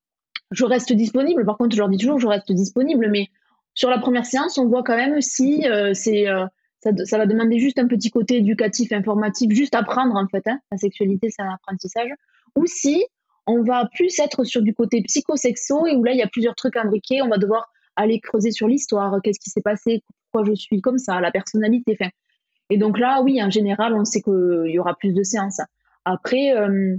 je reste disponible. Par contre, je leur dis toujours, je reste disponible. Mais sur la première séance, on voit quand même si euh, c'est, euh, ça, ça va demander juste un petit côté éducatif, informatif, juste apprendre en fait. Hein. La sexualité, c'est un apprentissage. Ou si on va plus être sur du côté psychosexo et où là, il y a plusieurs trucs imbriqués. On va devoir aller creuser sur l'histoire, qu'est-ce qui s'est passé, pourquoi je suis comme ça, la personnalité. Enfin, et donc là, oui, en général, on sait qu'il y aura plus de séances. Après, euh,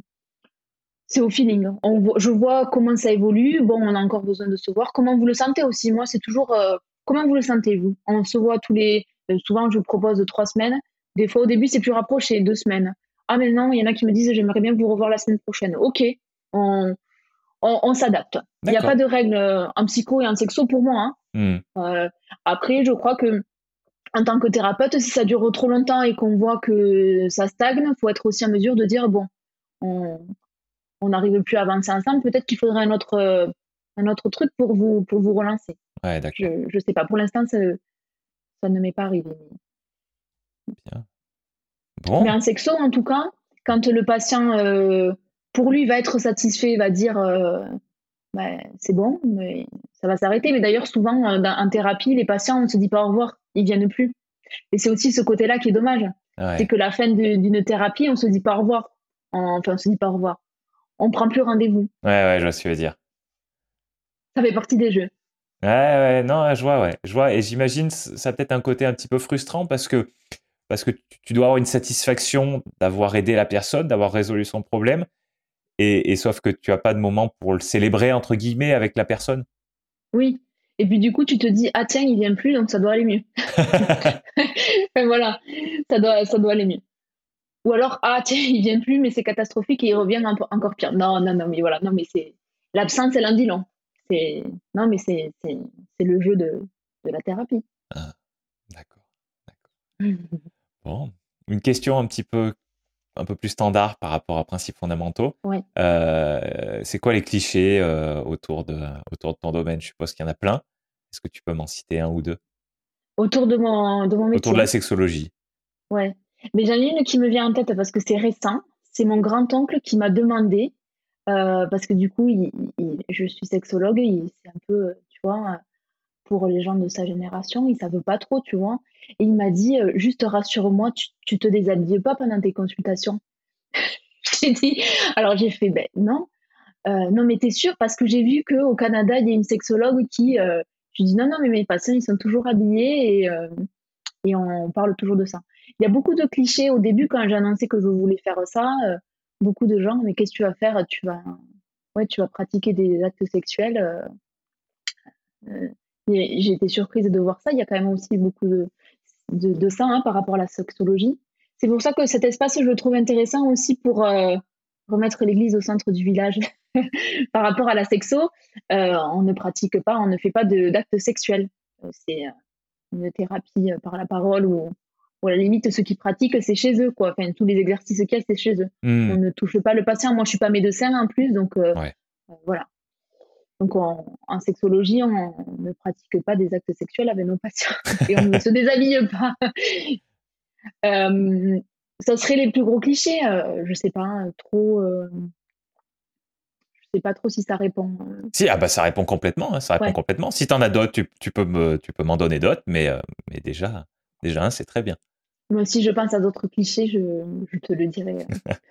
c'est au feeling. On voit- je vois comment ça évolue. Bon, on a encore besoin de se voir. Comment vous le sentez aussi? Moi, c'est toujours euh, comment vous le sentez, vous? On se voit tous les. euh, souvent, je propose trois semaines. Des fois, au début, c'est plus rapproché, deux semaines. Ah, mais non, il y en a qui me disent j'aimerais bien vous revoir la semaine prochaine. Ok, on, on, on s'adapte. Il n'y a pas D'accord. de règle euh, en psycho et en sexo pour moi, hein. Hmm. Euh, après, je crois que en tant que thérapeute, si ça dure trop longtemps et qu'on voit que ça stagne, il faut être aussi en mesure de dire bon, on, on n'arrive plus à avancer ensemble, peut-être qu'il faudrait un autre, euh, un autre truc pour vous, pour vous relancer. Ouais, Je d'accord. ne sais pas. Pour l'instant, ça, ça ne m'est pas arrivé. Bien. Mais Bon. en sexo, en tout cas, quand le patient, euh, pour lui, va être satisfait, il va dire euh, bah, c'est bon, mais ça va s'arrêter. Mais d'ailleurs, souvent, euh, dans- en thérapie, les patients, on ne se dit pas au revoir, ils viennent plus. Et c'est aussi ce côté-là qui est dommage. C'est Ouais. que la fin de- d'une thérapie, on ne se dit pas au revoir. On- enfin, on se dit pas au revoir. On prend plus rendez-vous. Ouais, ouais, je vois ce que tu veux dire. Ça fait partie des jeux. Ouais, ouais, non, je vois, ouais. Je vois. Et j'imagine, c- ça a peut-être un côté un petit peu frustrant parce que, parce que tu tu dois avoir une satisfaction d'avoir aidé la personne, d'avoir résolu son problème. Et, et sauf que tu as pas de moment pour le célébrer, entre guillemets, avec la personne. Oui. Et puis du coup, tu te dis, ah tiens, il vient plus, donc ça doit aller mieux. Enfin, voilà, ça doit, ça doit aller mieux. Ou alors, ah tiens, il vient plus, mais c'est catastrophique et il revient un peu- encore pire. Non, non, non, mais voilà, non, mais c'est l'absence, elle en dit long. C'est non, mais c'est c'est c'est le jeu de, de la thérapie. Ah, d'accord, d'accord. Bon, une question un petit peu un peu plus standard par rapport aux principes fondamentaux. Ouais. Euh, c'est quoi les clichés euh, autour de, autour de ton domaine? Je suppose qu'il y en a plein. Est-ce que tu peux m'en citer un ou deux? Autour de mon, de mon Autour métier, de la hein. sexologie. Ouais. Mais j'en ai une qui me vient en tête parce que c'est récent. C'est mon grand-oncle qui m'a demandé, euh, parce que du coup, il- il- je suis sexologue, il- c'est un peu, euh, tu vois, pour les gens de sa génération, ils savent pas trop, tu vois. Et il m'a dit, euh, juste rassure-moi, tu, tu te déshabilles pas pendant tes consultations. J'ai dit, alors j'ai fait, ben non. Euh, non, mais t'es sûr? Parce que j'ai vu qu'au Canada, il y a une sexologue qui, euh, je lui dis, non, non, mais mes patients, ils sont toujours habillés et, euh, et on parle toujours de ça. Il y a beaucoup de clichés. Au début, quand j'ai annoncé que je voulais faire ça, euh, beaucoup de gens, mais qu'est-ce que tu vas faire? Tu vas, ouais, tu vas pratiquer des actes sexuels. euh, euh, et j'ai été surprise de voir ça. Il y a quand même aussi beaucoup de, de, de ça hein, par rapport à la sexologie. C'est pour ça que cet espace, je le trouve intéressant aussi pour euh, remettre l'église au centre du village. Par rapport à la sexo, euh, on ne pratique pas, on ne fait pas de- d'actes sexuels. Euh, C'est euh, une thérapie euh, par la parole ou, ou à la limite, ceux qui pratiquent, c'est chez eux. Quoi. Enfin, tous les exercices qu'il y a, c'est chez eux. On Hmm, ne touche pas le patient. Moi, je suis pas médecin en plus, donc euh, ouais. euh, voilà. Donc en, en sexologie, on, on ne pratique pas des actes sexuels avec nos patients et on ne se déshabille pas. Euh, ça serait les plus gros clichés. Euh, je sais pas hein, trop. Euh, je sais pas trop si ça répond. euh. Si, ah bah ça répond complètement, hein, ça répond Ouais. complètement. Si tu en as d'autres, tu, tu peux me, tu peux m'en donner d'autres, mais, euh, mais déjà, déjà un, c'est très bien. Moi, si je pense à d'autres clichés, je, je te le dirai.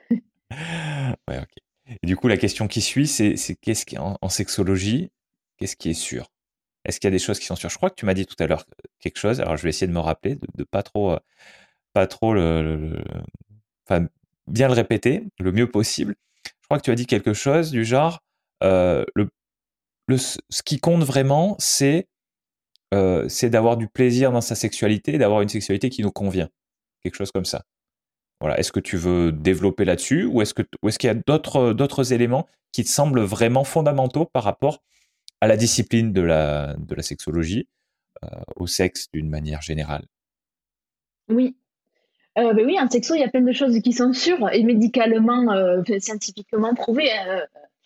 Ouais, ok. Et du coup, la question qui suit, c'est, c'est qu'est-ce qui, en, en sexologie, qu'est-ce qui est sûr? Est-ce qu'il y a des choses qui sont sûres? Je crois que tu m'as dit tout à l'heure quelque chose, alors je vais essayer de me rappeler, de, de pas trop, euh, pas trop le, le- le- enfin, bien le répéter, le mieux possible. Je crois que tu as dit quelque chose du genre, euh, le, le, ce qui compte vraiment, c'est euh, c'est d'avoir du plaisir dans sa sexualité, d'avoir une sexualité qui nous convient. Quelque chose comme ça. Voilà. Est-ce que tu veux développer là-dessus ou est-ce que ou est-ce qu'il y a d'autres d'autres éléments qui te semblent vraiment fondamentaux par rapport à la discipline de la de la sexologie, euh, au sexe d'une manière générale? Oui. Euh, ben oui, en sexo, il y a plein de choses qui sont sûres et médicalement, euh, enfin, scientifiquement prouvées. Euh,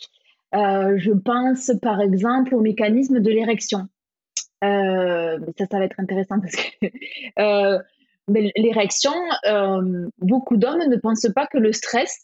euh, je pense par exemple au mécanisme de l'érection. Euh, mais ça, ça va être intéressant parce que euh, mais l'érection, euh, beaucoup d'hommes ne pensent pas que le stress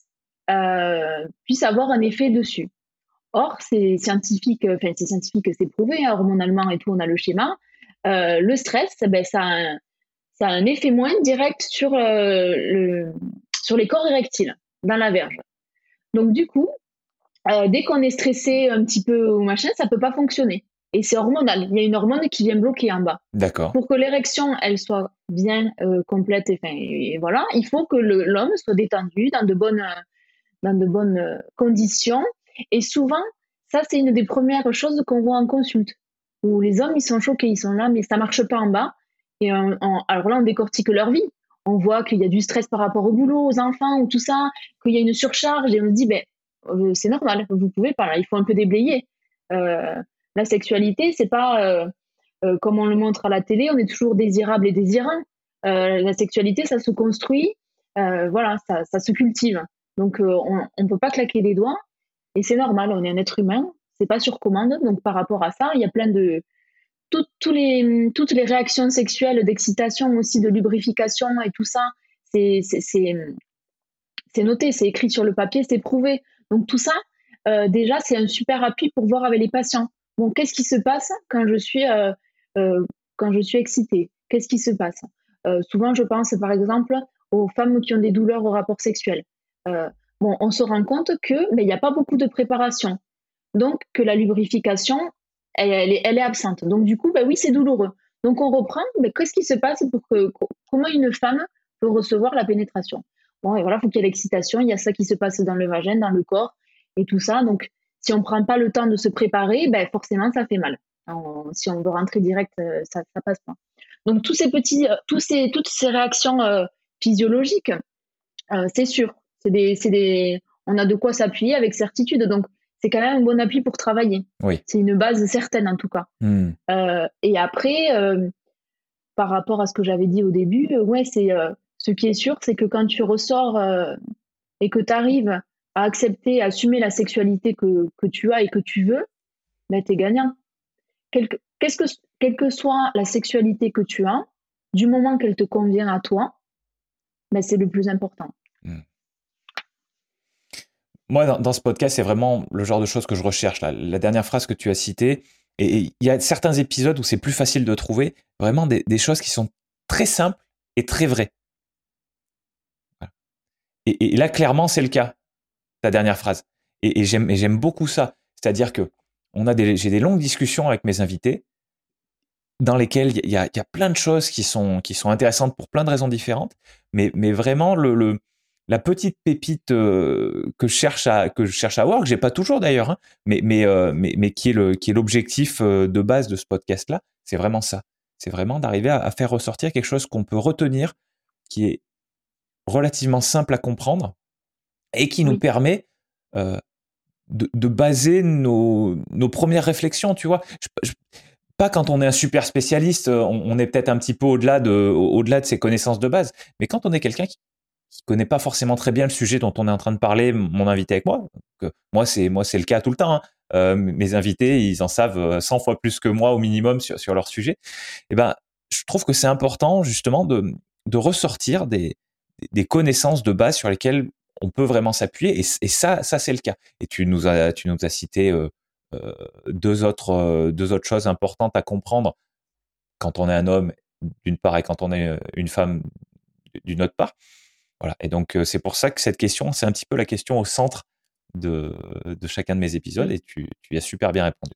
euh, puisse avoir un effet dessus. Or, c'est scientifique, enfin c'est scientifique, c'est prouvé, hein, hormonalement et tout, on a le schéma. Euh, le stress, ben, ça, a un, ça a un effet moins direct sur, euh, le, sur les corps érectiles, dans la verge. Donc du coup, euh, dès qu'on est stressé un petit peu ou machin, ça peut pas fonctionner. Et c'est hormonal. Il y a une hormone qui vient bloquer en bas. D'accord. Pour que l'érection, elle soit bien euh, complète, et, enfin, et voilà, il faut que le- l'homme soit détendu dans de bonnes, dans de bonnes euh, conditions. Et souvent, ça, c'est une des premières choses qu'on voit en consulte, où les hommes, ils sont choqués, ils sont là, mais ça marche pas en bas. Et on- on- alors là, on décortique leur vie. On voit qu'il y a du stress par rapport au boulot, aux enfants, ou tout ça, qu'il y a une surcharge, et on se dit, ben, euh, c'est normal, vous pouvez pas, là, il faut un peu déblayer. Euh, la sexualité, c'est pas euh, euh, comme on le montre à la télé, on est toujours désirable et désirant. Euh, la sexualité, ça se construit, euh, voilà, ça, ça se cultive. Donc, euh, on ne peut pas claquer des doigts et c'est normal, on est un être humain, c'est pas sur commande. Donc, par rapport à ça, il y a plein de. Tout- tous les, toutes les réactions sexuelles, d'excitation aussi, de lubrification et tout ça, c'est c'est- c'est- c'est noté, c'est écrit sur le papier, c'est prouvé. Donc, tout ça, euh, déjà, c'est un super appui pour voir avec les patients. Bon, qu'est-ce qui se passe quand je suis, euh, euh, quand je suis excitée? Qu'est-ce qui se passe? Euh, souvent, je pense par exemple aux femmes qui ont des douleurs au rapport sexuel. Euh, bon, on se rend compte que mais il n'y a pas beaucoup de préparation. Donc, que la lubrification, elle, elle est, elle est absente. Donc, du coup, bah oui, c'est douloureux. Donc, on reprend, mais qu'est-ce qui se passe pour que, comment une femme peut recevoir la pénétration? Bon, et voilà, il faut qu'il y ait l'excitation, il y a ça qui se passe dans le vagin, dans le corps, et tout ça. Donc, si on ne prend pas le temps de se préparer, ben, forcément, ça fait mal. On- si on veut rentrer direct, euh, ça ne passe pas. Donc, tous ces petits, euh, tous ces, toutes ces réactions euh, physiologiques, euh, c'est sûr. C'est des, c'est des, on a de quoi s'appuyer avec certitude. Donc, c'est quand même un bon appui pour travailler. Oui. C'est une base certaine, en tout cas. Hmm. Euh, et après, euh, par rapport à ce que j'avais dit au début, euh, ouais, c'est euh, ce qui est sûr, c'est que quand tu ressors, euh, et que tu arrives à accepter, à assumer la sexualité que, que tu as et que tu veux, ben, tu es gagnant. Quelle que, qu'est-ce que, quelle que soit la sexualité que tu as, du moment qu'elle te convient à toi, ben, c'est le plus important. Mmh. Moi, dans, dans ce podcast, c'est vraiment le genre de choses que je recherche. Là. La dernière phrase que tu as citée, et il y a certains épisodes où c'est plus facile de trouver vraiment des, des choses qui sont très simples et très vraies. Voilà. Et, et là, clairement, c'est le cas, ta dernière phrase. Et, et, j'aime, et j'aime beaucoup ça. C'est-à-dire que on a des, j'ai des longues discussions avec mes invités dans lesquelles il y a, y a plein de choses qui sont, qui sont intéressantes pour plein de raisons différentes. Mais, mais vraiment, le, le, la petite pépite euh, que je cherche à que je cherche à avoir, que j'ai pas toujours d'ailleurs, hein, mais mais, euh, mais mais qui est le qui est l'objectif euh, de base de ce podcast là, c'est vraiment ça. C'est vraiment d'arriver à, à faire ressortir quelque chose qu'on peut retenir, qui est relativement simple à comprendre et qui nous Oui. permet euh, de, de baser nos nos premières réflexions. Tu vois, je, je, pas quand on est un super spécialiste, on, on est peut-être un petit peu au-delà de au-delà de ses connaissances de base, mais quand on est quelqu'un qui qui connaît pas forcément très bien le sujet dont on est en train de parler, mon invité avec moi. Donc, moi, c'est moi, c'est le cas tout le temps. Hein. Euh, mes invités, ils en savent cent fois plus que moi au minimum sur, sur leur sujet. Et ben, je trouve que c'est important justement de, de ressortir des, des connaissances de base sur lesquelles on peut vraiment s'appuyer. Et, et ça, ça c'est le cas. Et tu nous as, tu nous as cité euh, euh, deux autres, euh, deux autres choses importantes à comprendre quand on est un homme d'une part et quand on est une femme d'une autre part. Voilà. Et donc, euh, c'est pour ça que cette question, c'est un petit peu la question au centre de, de chacun de mes épisodes Oui. et tu, tu y as super bien répondu.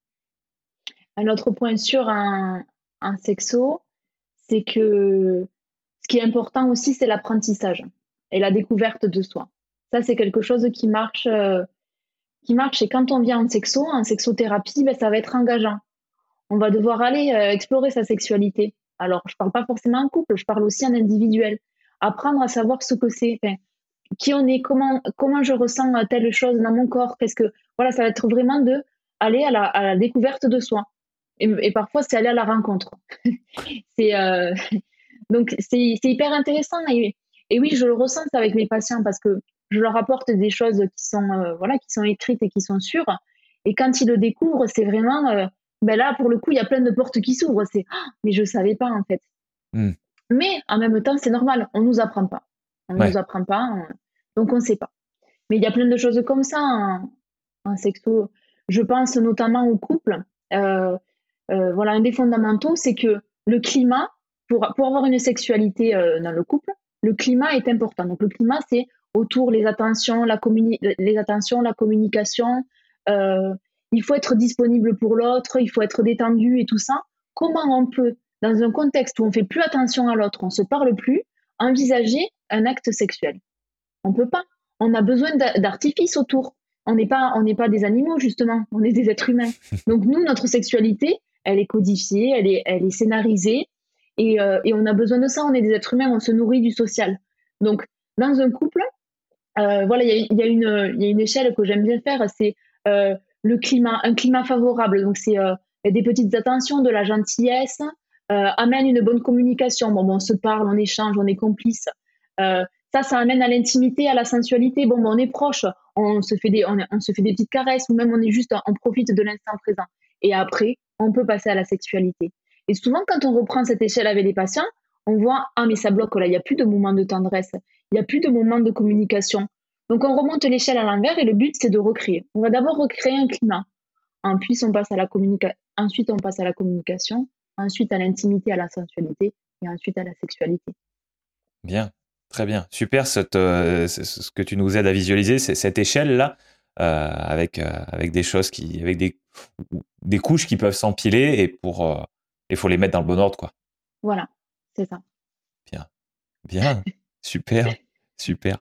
Un autre point sur un, un sexo, c'est que ce qui est important aussi, c'est l'apprentissage et la découverte de soi. Ça, c'est quelque chose qui marche, euh, qui marche. Et quand on vient en sexo, en sexothérapie, ben, ça va être engageant. On va devoir aller euh, explorer sa sexualité. Alors, je parle pas forcément en couple, je parle aussi en individuel. Apprendre à savoir ce que c'est, enfin, qui on est, comment, comment je ressens telle chose dans mon corps. Qu'est-ce que, voilà, ça va être vraiment de aller à la, à la découverte de soi. Et, et parfois, c'est aller à la rencontre. c'est euh, donc c'est c'est hyper intéressant. Et, et oui, je le ressens avec mes patients parce que je leur apporte des choses qui sont euh, voilà, qui sont écrites et qui sont sûres. Et quand ils le découvrent, c'est vraiment euh, ben là, pour le coup, il y a plein de portes qui s'ouvrent. C'est ah, mais je savais pas en fait. Mm. Mais en même temps, c'est normal. On nous apprend pas. On Ouais. nous apprend pas. On, donc on sait pas. Mais il y a plein de choses comme ça en, en sexo. Je pense notamment au couple. Euh, euh, voilà, un des fondamentaux, c'est que le climat, pour, pour avoir une sexualité euh, dans le couple, le climat est important. Donc le climat, c'est autour les attentions, la, communi- les attentions, la communication. Euh, il faut être disponible pour l'autre, il faut être détendu et tout ça. Comment on peut, dans un contexte où on fait plus attention à l'autre, on se parle plus, envisager un acte sexuel? On peut pas. On a besoin d'artifices autour. On n'est pas, on n'est pas des animaux justement. On est des êtres humains. Donc nous, notre sexualité, elle est codifiée, elle est, elle est scénarisée, et, euh, et on a besoin de ça. On est des êtres humains, on se nourrit du social. Donc dans un couple, euh, voilà, il y a, y a une, il y a une échelle que j'aime bien faire. C'est euh, le climat, un climat favorable. Donc c'est euh, des petites attentions, de la gentillesse, euh, amène une bonne communication. Bon, bon, on se parle, on échange, on est complice. Euh, ça, ça amène à l'intimité, à la sensualité. Bon, bon, on est proche, on se fait des, on, on se fait des petites caresses, ou même on est juste, on profite de l'instant présent. Et après, on peut passer à la sexualité. Et souvent, quand on reprend cette échelle avec les patients, on voit, ah, mais ça bloque là, il n'y a plus de moments de tendresse, il n'y a plus de moments de communication. Donc, on remonte l'échelle à l'envers et le but, c'est de recréer. On va d'abord recréer un climat. Ensuite, on passe à la communica- ensuite, on passe à la communication, ensuite à l'intimité, à la sensualité, et ensuite à la sexualité. Bien, très bien. Super cette, euh, ce que tu nous aides à visualiser, c'est cette échelle-là, euh, avec, euh, avec des choses qui, avec des, des couches qui peuvent s'empiler et pour, euh, il faut les mettre dans le bon ordre, quoi. Voilà, c'est ça. Bien, bien, super, super.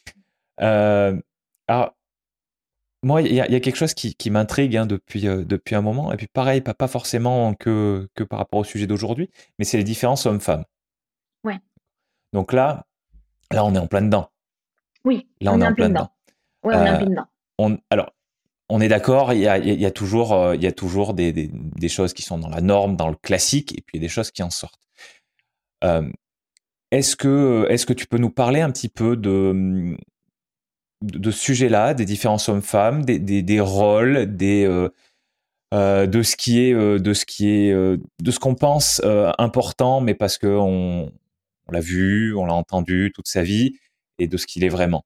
Euh, alors, moi, il y, y a quelque chose qui, qui m'intrigue hein, depuis, euh, depuis un moment, et puis pareil, pas, pas forcément que, que par rapport au sujet d'aujourd'hui, mais c'est les différences hommes-femmes. Ouais. Donc là, là, on est en plein dedans. Oui, Là, on on est est en en plein plein dedans. dedans. Ouais, on est en Euh, plein dedans. on, alors, on est d'accord, il y a, il y a toujours, euh, il y a toujours des, des, des choses qui sont dans la norme, dans le classique, et puis il y a des choses qui en sortent. Euh, est-ce que, est-ce que tu peux nous parler un petit peu de, de, de ce sujet-là, des différences hommes-femmes, des, des, des rôles, des, euh, euh, de ce qui est, euh, de ce qui est, euh, de ce qu'on pense euh, important, mais parce que on, on l'a vu, on l'a entendu toute sa vie, et de ce qu'il est vraiment.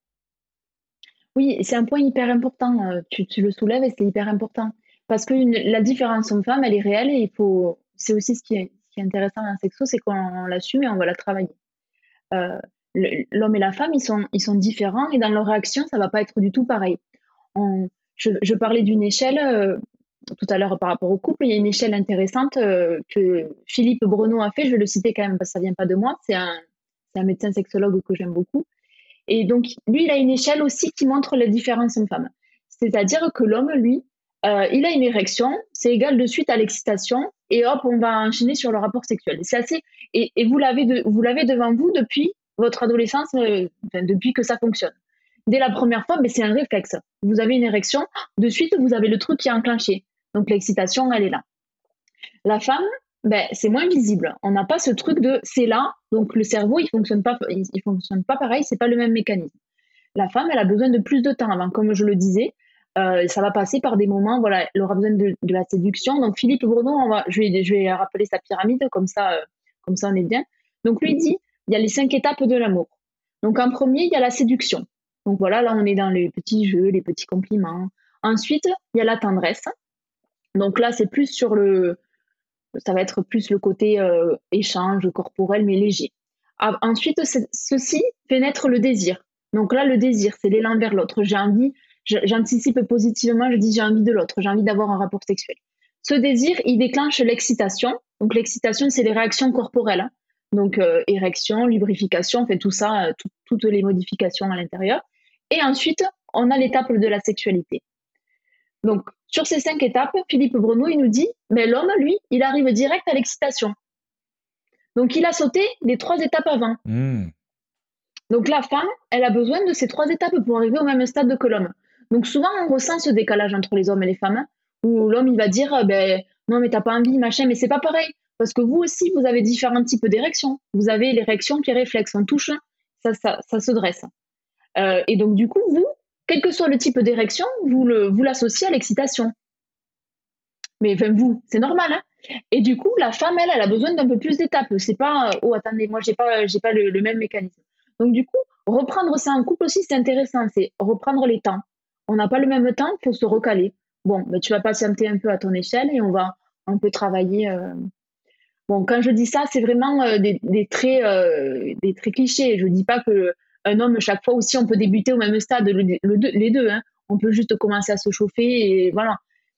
Oui, c'est un point hyper important. euh, Tu, tu le soulèves et c'est hyper important. Parce que une- la différence homme-femme, elle est réelle et il faut. C'est aussi ce qui est, ce qui est intéressant dans le sexo, c'est qu'on l'assume et on va la travailler. Euh, le- L'homme et la femme, ils sont, ils sont différents et dans leur réaction, ça va pas être du tout pareil. On- je, je parlais d'une échelle euh, tout à l'heure par rapport au couple. Il y a une échelle intéressante euh, que Philippe Breneau a fait. Je vais le citer quand même parce que ça vient pas de moi. C'est un, c'est un médecin sexologue que j'aime beaucoup. Et donc, lui, il a une échelle aussi qui montre les différences hommes-femmes. C'est-à-dire que l'homme, lui, euh, il a une érection, c'est égal de suite à l'excitation, et hop, on va enchaîner sur le rapport sexuel. C'est assez, et, et vous l'avez de, vous l'avez devant vous depuis votre adolescence, euh, enfin, depuis que ça fonctionne. Dès la première fois, mais c'est un réflexe. Vous avez une érection, de suite, vous avez le truc qui est enclenché. Donc l'excitation, elle est là. La femme, ben, c'est moins visible. On n'a pas ce truc de c'est là, donc le cerveau, il fonctionne pas, il, il fonctionne pas pareil, c'est pas le même mécanisme. La femme, elle a besoin de plus de temps avant, comme je le disais. Euh, ça va passer par des moments, voilà, elle aura besoin de, de la séduction. Donc Philippe Breneau, on va, je, vais, je vais rappeler sa pyramide, comme ça, euh, comme ça on est bien. Donc lui dit, il y a les cinq étapes de l'amour. Donc en premier, il y a la séduction. Donc voilà, là on est dans les petits jeux, les petits compliments. Ensuite, il y a la tendresse. Donc là, c'est plus sur le, ça va être plus le côté euh, échange corporel, mais léger. Ah, ensuite, ceci fait naître le désir. Donc là, le désir, c'est l'élan vers l'autre. J'ai envie, j'anticipe positivement, je dis j'ai envie de l'autre, j'ai envie d'avoir un rapport sexuel. Ce désir, il déclenche l'excitation. Donc l'excitation, c'est les réactions corporelles. Hein. Donc euh, érection, lubrification, fait tout ça, euh, tout, toutes les modifications à l'intérieur. Et ensuite, on a l'étape de la sexualité. Donc, sur ces cinq étapes, Philippe Breneau, il nous dit, mais l'homme, lui, il arrive direct à l'excitation. Donc, il a sauté les trois étapes avant. Mmh. Donc, la femme, elle a besoin de ces trois étapes pour arriver au même stade que l'homme. Donc, souvent, on ressent ce décalage entre les hommes et les femmes, hein, où l'homme, il va dire, ben, non, mais t'as pas envie, machin, mais c'est pas pareil. Parce que vous aussi, vous avez différents types d'érections. Vous avez l'érection qui est réflexe, on touche, ça, ça, ça se dresse. Euh, et donc, du coup, vous, quel que soit le type d'érection, vous, le, vous l'associez à l'excitation. Mais enfin, vous, c'est normal. Hein. Et du coup, la femme, elle, elle a besoin d'un peu plus d'étapes. C'est pas, euh, oh, attendez, moi, j'ai pas, j'ai pas le, le même mécanisme. Donc, du coup, reprendre ça en couple aussi, c'est intéressant. C'est reprendre les temps. On n'a pas le même temps, il faut se recaler. Bon, ben, tu vas patienter un peu à ton échelle et on va un peu travailler. Euh... Bon, quand je dis ça, c'est vraiment euh, des, des traits, euh, des traits clichés. Je dis pas que un homme, chaque fois aussi, on peut débuter au même stade, le, le, les deux. Hein. On peut juste commencer à se chauffer et voilà.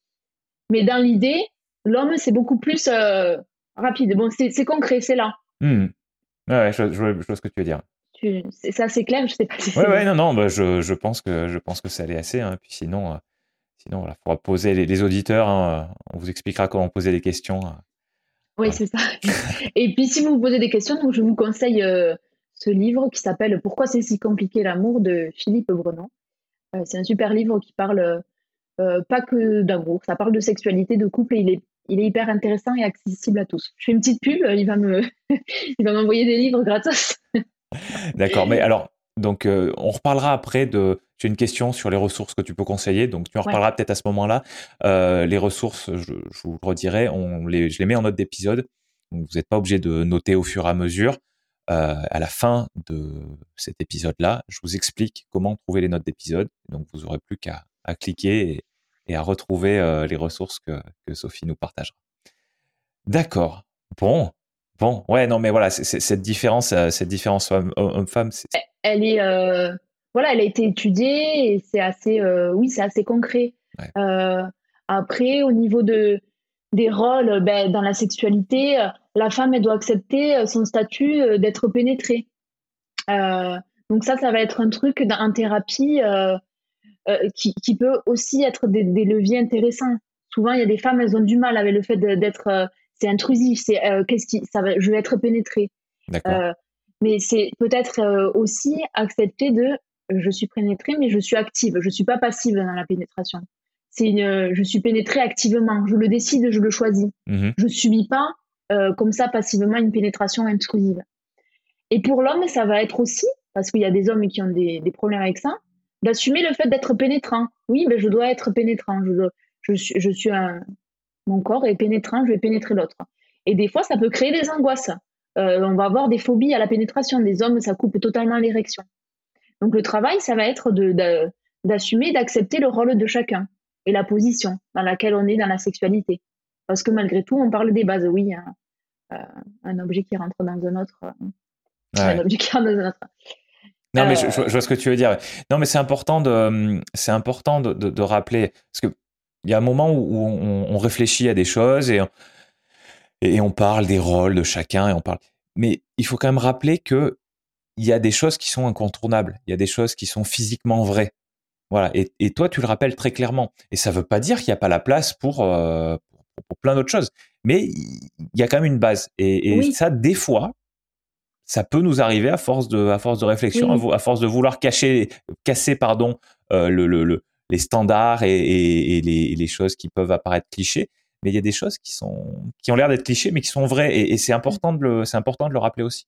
Mais dans l'idée, l'homme, c'est beaucoup plus euh, rapide. Bon, c'est, c'est concret, c'est là. Mmh. Ouais, ouais, je, je, vois- je vois ce que tu veux dire. Tu, c'est, c'est assez clair, je sais pas si Ouais, ouais, c'est... non, non, bah, je, je pense que, je pense que ça allait assez. Hein. Puis sinon, euh, sinon, voilà, faudra poser les, les auditeurs. Hein, on vous expliquera comment poser les questions. Hein. Oui, Voilà. c'est ça. Et puis, si vous vous posez des questions, donc, je vous conseille euh, ce livre qui s'appelle Pourquoi c'est si compliqué l'amour de Philippe Brenon. Euh, c'est un super livre qui parle euh, pas que d'amour, ça parle de sexualité, de couple et il est, il est hyper intéressant et accessible à tous. Je fais une petite pub, il va me, il va m'envoyer des livres gratos. D'accord, mais alors, donc, euh, on reparlera après de. J'ai une question sur les ressources que tu peux conseiller, donc tu en Ouais, reparleras peut-être à ce moment-là. Euh, les ressources, je, je vous le redirai, on les, je les mets en note d'épisode. Donc, vous n'êtes pas obligé de noter au fur et à mesure. Euh, à la fin de cet épisode-là, je vous explique comment trouver les notes d'épisode. Donc, vous aurez plus qu'à à cliquer et, et à retrouver euh, les ressources que, que Sophie nous partagera. D'accord. Bon. Bon. Ouais, non, mais voilà, c'est, c'est- cette différence, euh, cette différence homme- homme-femme, c'est. elle est, euh, voilà, elle a été étudiée et c'est assez, euh, oui, c'est assez concret. Ouais. Euh, Après, au niveau de, des rôles, ben, dans la sexualité, euh, la femme, elle doit accepter euh, son statut euh, d'être pénétrée. Euh, donc ça, ça va être un truc dans- en thérapie euh, euh, qui, qui peut aussi être des, des leviers intéressants. Souvent, il y a des femmes, elles ont du mal avec le fait de- d'être, euh, c'est intrusif, c'est euh, qu'est-ce qui, ça va, je vais être pénétrée. D'accord. Euh, mais c'est peut-être euh, aussi accepter de, je suis pénétrée, mais je suis active, je suis pas passive dans la pénétration. C'est une, je suis pénétrée activement, je le décide, je le choisis. Mhm. Je subis pas euh, comme ça passivement une pénétration intrusive. Et pour l'homme, ça va être aussi, parce qu'il y a des hommes qui ont des, des problèmes avec ça, d'assumer le fait d'être pénétrant. Oui, ben, je dois être pénétrant. Je, dois, je suis, je suis un, mon corps est pénétrant, je vais pénétrer l'autre. Et des fois, ça peut créer des angoisses. Euh, on va avoir des phobies à la pénétration. Des hommes, ça coupe totalement l'érection. Donc le travail, ça va être de, de, d'assumer, d'accepter le rôle de chacun et la position dans laquelle on est dans la sexualité. Parce que malgré tout, on parle des bases. Oui, un, un objet qui rentre dans un autre. Ouais. Un objet qui rentre dans un autre. Non, mais je, je vois ce que tu veux dire. Non, mais c'est important de, c'est important de, de, de rappeler. Parce que il y a un moment où on, on réfléchit à des choses et, et on parle des rôles de chacun et on parle. Mais il faut quand même rappeler que il y a des choses qui sont incontournables. Il y a des choses qui sont physiquement vraies. Voilà. Et, et toi, tu le rappelles très clairement. Et ça veut pas dire qu'il n'y a pas la place pour, euh, pour, pour plein d'autres choses. Mais il y a quand même une base. Et, et oui. ça, des fois, ça peut nous arriver à force de, à force de réflexion, oui. à, à force de vouloir cacher, casser, pardon, euh, le, le, le, les standards et, et, et, les, et les choses qui peuvent apparaître clichés. Mais il y a des choses qui sont, qui ont l'air d'être clichés, mais qui sont vraies. Et, et c'est important de le, c'est important de le rappeler aussi.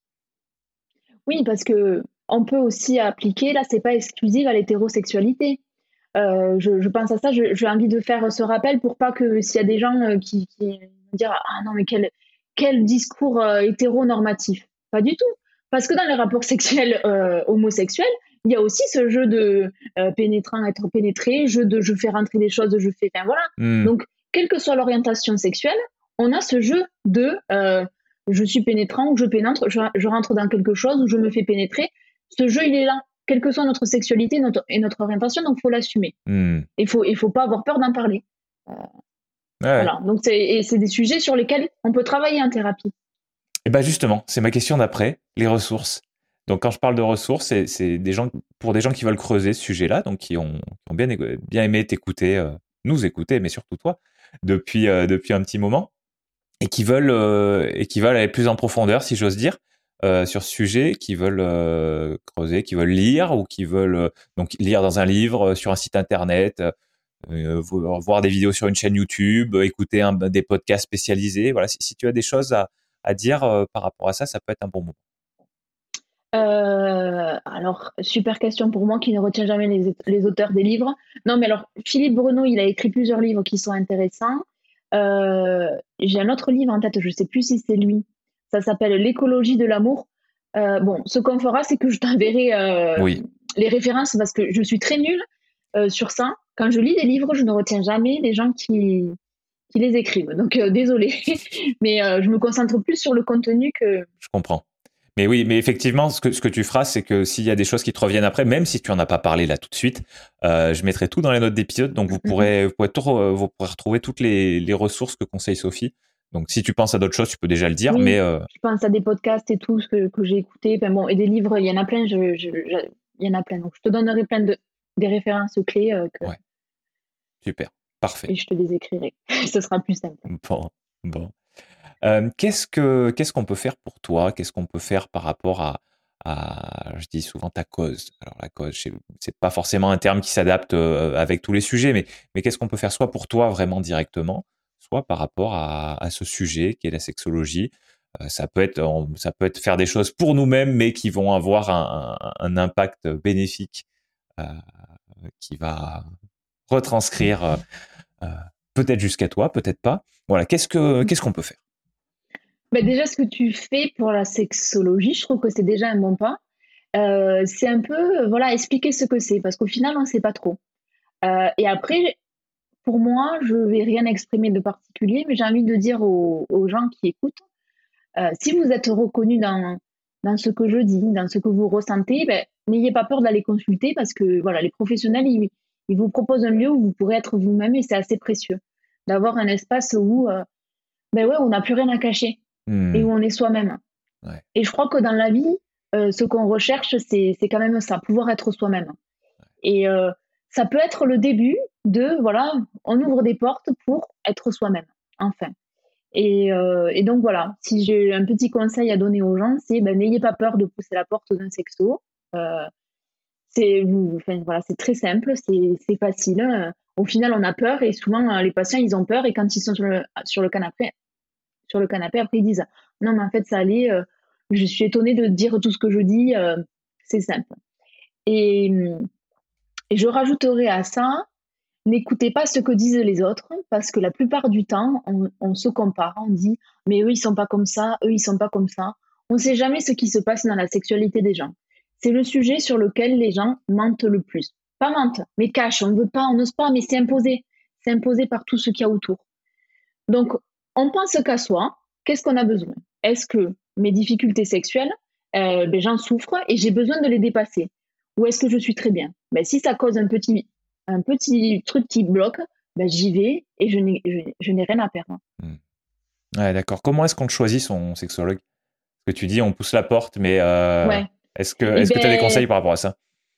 Oui, parce que on peut aussi appliquer, là, c'est pas exclusif à l'hétérosexualité. Euh, je, je pense à ça, je, j'ai envie de faire ce rappel pour pas que s'il y a des gens euh, qui, qui vont dire ah non mais quel, quel discours euh, hétéronormatif. Pas du tout. Parce que dans les rapports sexuels euh, homosexuels, il y a aussi ce jeu de euh, pénétrant, être pénétré, jeu de je fais rentrer des choses, je fais. Enfin voilà. Mm. Donc, quelle que soit l'orientation sexuelle, on a ce jeu de euh, je suis pénétrant ou je pénètre, je, je rentre dans quelque chose ou je me fais pénétrer. Ce jeu, il est là, quelle que soit notre sexualité notre, et notre orientation, donc il faut l'assumer. Mm. Il faut, il faut pas avoir peur d'en parler. Euh, ouais. Voilà. Donc, c'est, et c'est des sujets sur lesquels on peut travailler en thérapie. Et ben justement, c'est ma question d'après, les ressources. Donc quand je parle de ressources, c'est, c'est des gens, pour des gens qui veulent creuser ce sujet-là, donc qui ont, qui ont bien, bien aimé t'écouter, euh, nous écouter, mais surtout toi, depuis, euh, depuis un petit moment, et qui veulent, euh, et qui veulent aller plus en profondeur, si j'ose dire, euh, sur ce sujet, qui veulent euh, creuser, qui veulent lire, ou qui veulent euh, donc lire dans un livre, sur un site internet, euh, voir des vidéos sur une chaîne YouTube, écouter un, des podcasts spécialisés. Voilà, si, si tu as des choses à à dire euh, par rapport à ça, ça peut être un bon moment. Euh, alors, super question pour moi qui ne retient jamais les, les auteurs des livres. Non, mais alors, Philippe Bruneau, il a écrit plusieurs livres qui sont intéressants. Euh, j'ai un autre livre en tête, je ne sais plus si c'est lui. Ça s'appelle L'écologie de l'amour. Euh, bon, ce qu'on fera, c'est que je t'enverrai euh, oui. les références parce que je suis très nulle euh, sur ça. Quand je lis des livres, je ne retiens jamais les gens qui, qui les écrivent. Donc, euh, désolé, mais euh, je me concentre plus sur le contenu que... Je comprends. Mais oui, mais effectivement, ce que, ce que tu feras, c'est que s'il y a des choses qui te reviennent après, même si tu en as pas parlé là tout de suite, euh, je mettrai tout dans les notes d'épisode, donc vous pourrez, vous pourrez, tout, vous pourrez retrouver toutes les, les ressources que conseille Sophie. Donc si tu penses à d'autres choses, tu peux déjà le dire, oui, mais... Euh... je pense à des podcasts et tout, ce que, que j'ai écouté, ben bon, et des livres, il y en a plein, je, je, je, il y en a plein. Donc je te donnerai plein de des références clés. Euh, que... Ouais. Super, parfait. Et je te les écrirai, ce sera plus simple. Bon, bon. Euh, qu'est-ce que qu'est-ce qu'on peut faire pour toi? Qu'est-ce qu'on peut faire par rapport à, à je dis souvent ta cause. Alors la cause, c'est, c'est pas forcément un terme qui s'adapte euh, avec tous les sujets, mais mais qu'est-ce qu'on peut faire soit pour toi vraiment directement, soit par rapport à, à ce sujet qui est la sexologie. Euh, ça peut être on, ça peut être faire des choses pour nous-mêmes, mais qui vont avoir un, un, un impact bénéfique euh, qui va retranscrire euh, euh, peut-être jusqu'à toi, peut-être pas. Voilà, qu'est-ce que qu'est-ce qu'on peut faire? Bah déjà, ce que tu fais pour la sexologie, je trouve que c'est déjà un bon pas. Euh, c'est un peu, euh, voilà, expliquer ce que c'est, parce qu'au final, on ne sait pas trop. Euh, et après, pour moi, je ne vais rien exprimer de particulier, mais j'ai envie de dire aux, aux gens qui écoutent, euh, si vous êtes reconnu dans, dans ce que je dis, dans ce que vous ressentez, ben, n'ayez pas peur d'aller consulter, parce que voilà, les professionnels, ils, ils vous proposent un lieu où vous pourrez être vous-même, et c'est assez précieux d'avoir un espace où euh, ben ouais, on n'a plus rien à cacher. Mmh. Et où on est soi-même. Ouais. Et je crois que dans la vie, euh, ce qu'on recherche, c'est, c'est quand même ça, pouvoir être soi-même. Ouais. Et euh, ça peut être le début de, voilà, on ouvre des portes pour être soi-même, enfin. Et, euh, et donc voilà, si j'ai un petit conseil à donner aux gens, c'est ben, n'ayez pas peur de pousser la porte d'un sexo. Euh, c'est, vous, enfin, voilà, c'est très simple, c'est, c'est facile. Au final, on a peur et souvent, les patients, ils ont peur et quand ils sont sur le, sur le canapé, sur le canapé, après ils disent non mais en fait ça allait, euh, je suis étonnée de dire tout ce que je dis, euh, c'est simple. Et, Et je rajouterai à ça, n'écoutez pas ce que disent les autres, parce que la plupart du temps, on, on se compare, on dit « mais eux, ils sont pas comme ça, eux, ils sont pas comme ça ». On ne sait jamais ce qui se passe dans la sexualité des gens. C'est le sujet sur lequel les gens mentent le plus. Pas mentent, mais cachent, on ne veut pas, on n'ose pas, mais c'est imposé. C'est imposé par tout ce qu'il y a autour. Donc, on pense qu'à soi, qu'est-ce qu'on a besoin? Est-ce que mes difficultés sexuelles, euh, ben, j'en souffre et j'ai besoin de les dépasser? Ou est-ce que je suis très bien? Ben, si ça cause un petit, un petit truc qui bloque, ben, j'y vais et je n'ai, je, je n'ai rien à perdre. Mmh. Ouais, d'accord. Comment est-ce qu'on choisit son sexologue? Parce que tu dis on pousse la porte, mais euh, Ouais. est-ce que Eh est-ce que tu as des ben, conseils par rapport à ça?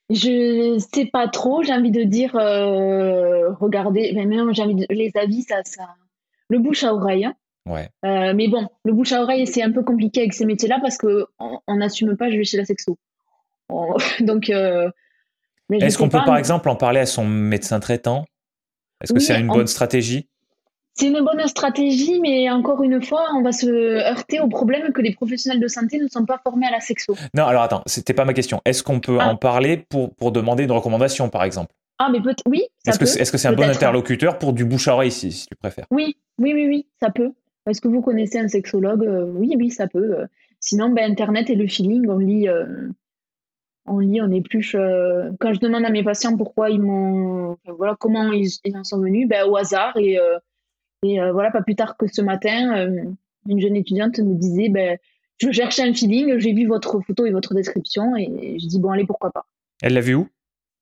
je sais pas trop, j'ai envie de dire, euh, regardez, mais même j'ai envie de, les avis, ça, ça, le bouche à oreille, hein. Ouais. Euh, mais bon, le bouche à oreille, c'est un peu compliqué avec ces métiers-là parce que on n'assume pas, je vais chez la sexo. On- Donc, euh, mais je Est-ce qu'on sais peut pas. par mais- exemple en parler à son médecin traitant? Est-ce que Oui, c'est une bonne on- stratégie? c'est une bonne stratégie, mais encore une fois, on va se heurter au problème que les professionnels de santé ne sont pas formés à la sexo. Non, alors attends, c'était pas ma question. Est-ce qu'on peut en Ah, parler pour, pour demander une recommandation, par exemple? ah mais peut oui, ça Est-ce que peut, c'est, est-ce que c'est un bon peut-être. interlocuteur pour du bouche à oreille, si, si tu préfères? Oui, oui, oui, oui, ça peut. Est-ce que vous connaissez un sexologue? Euh, Oui, oui, ça peut. Euh, Sinon, ben, Internet et le feeling, on lit, euh, on lit, on épluche. euh, Quand je demande à mes patients pourquoi ils m'ont, enfin, voilà, comment ils, ils en sont venus, ben, au hasard. Et, euh, et euh, voilà, pas plus tard que ce matin, euh, une jeune étudiante me disait, ben, je cherchais un feeling, j'ai vu votre photo et votre description, et je dis bon, allez, pourquoi pas. Elle l'a vu où?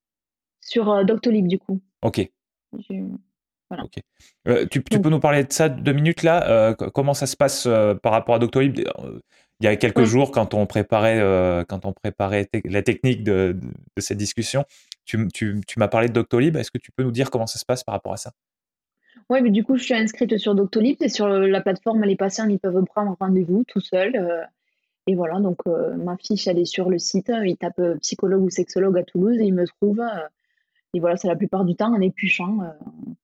Sur euh, Doctolib, du coup. Ok. J'ai- Voilà. Ok. Euh, tu, tu Donc, peux nous parler de ça deux minutes là? Euh, co- comment ça se passe euh, par rapport à Doctolib? Euh, Il y a quelques ouais. jours, quand on préparait, euh, quand on préparait te- la technique de, de- de cette discussion, tu, m- tu- tu m'as parlé de Doctolib. Est-ce que tu peux nous dire comment ça se passe par rapport à ça? Ouais, mais du coup, je suis inscrite sur Doctolib et sur le- la plateforme, les patients ils peuvent prendre rendez-vous tout seuls. euh, et voilà, donc euh, ma fiche, elle est sur le site. Ils tapent euh, psychologue ou sexologue à Toulouse et ils me trouvent. euh, et voilà, c'est la plupart du temps en épluchant. euh,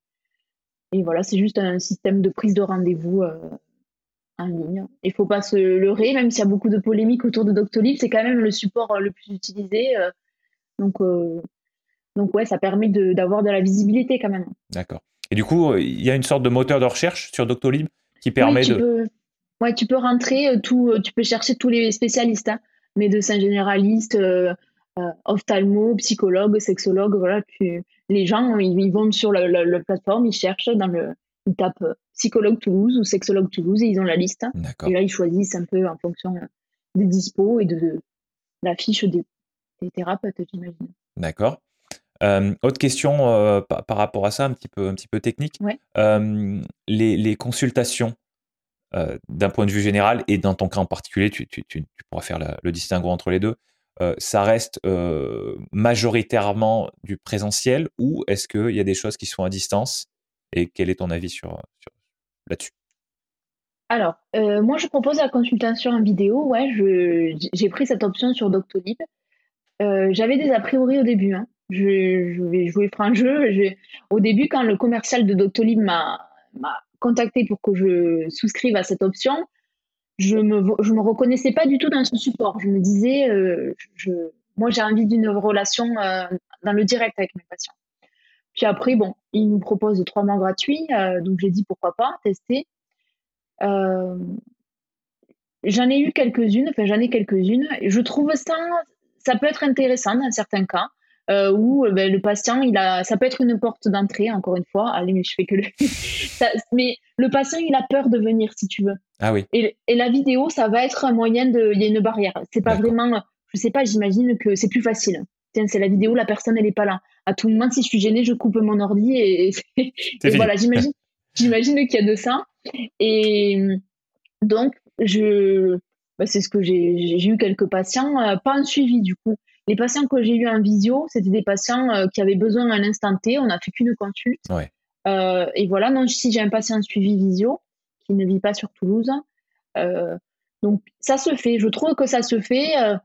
et voilà, c'est juste un système de prise de rendez-vous euh, en ligne. Il faut pas se leurrer, même s'il y a beaucoup de polémiques autour de Doctolib, c'est quand même le support euh, le plus utilisé. euh, donc, euh, donc ouais, ça permet de- d'avoir de la visibilité quand même. D'accord. Et du coup, euh, il y a une sorte de moteur de recherche sur Doctolib qui Oui, permet tu de... peux, ouais, tu peux rentrer euh, tout, euh, tu peux chercher tous les spécialistes, hein, médecins généralistes, euh, euh, ophtalmo, psychologues, sexologues, voilà. Tu, les gens, ils, ils vont sur la, la- la plateforme, ils cherchent dans le, ils tapent euh, psychologue Toulouse ou sexologue Toulouse et ils ont la liste. Et D'accord. là, ils choisissent un peu en fonction euh, des dispos et de, de la fiche des, des thérapeutes, j'imagine. D'accord. Euh, autre question euh, par, par rapport à ça, un petit peu, un petit peu technique. Ouais. Euh, les, les consultations, euh, d'un point de vue général, et dans ton cas en particulier, tu, tu, tu, tu pourras faire la- le distinguo entre les deux, euh, ça reste euh, majoritairement du présentiel ou est-ce qu'il y a des choses qui sont à distance? Et quel est ton avis sur, sur là-dessus? Alors, euh, moi, je propose la consultation en vidéo. Ouais, je, j'ai pris cette option sur Doctolib. Euh, j'avais des a priori au début, hein. Je, je vais jouer franc jeu. Je- au début, quand le commercial de Doctolib m'a, m'a contacté pour que je souscrive à cette option, je me, vo- je me reconnaissais pas du tout dans ce support. Je me disais, euh, je, moi, j'ai envie d'une relation euh, dans le direct avec mes patients. Puis après, bon, il nous propose trois mois gratuits, euh, donc j'ai dit pourquoi pas tester. Euh, J'en ai eu quelques-unes, enfin j'en ai quelques-unes. Je trouve ça, ça peut être intéressant dans certains cas, euh, où euh, ben, le patient, il a, ça peut être une porte d'entrée, encore une fois. Allez, mais je fais que le... ça- mais le patient, il a peur de venir, si tu veux. Ah oui, Et, et la vidéo, ça va être un moyen de, il y a une barrière. C'est pas d'accord. vraiment, je sais pas, j'imagine que c'est plus facile. Tiens, c'est la vidéo, la personne, elle est pas là. À tout moment, si je suis gênée, je coupe mon ordi et, et, C'est et fini. voilà, j'imagine, j'imagine qu'il y a de ça. Et donc, je, bah, c'est ce que j'ai, j'ai j'ai eu quelques patients, euh, pas un suivi du coup. Les patients que j'ai eu en visio, c'était des patients euh, qui avaient besoin à l'instant T. On n'a fait qu'une consulte. Ouais. Euh, et voilà, non, si j'ai un patient suivi visio qui ne vit pas sur Toulouse, euh, donc ça se fait. Je trouve que ça se fait. euh,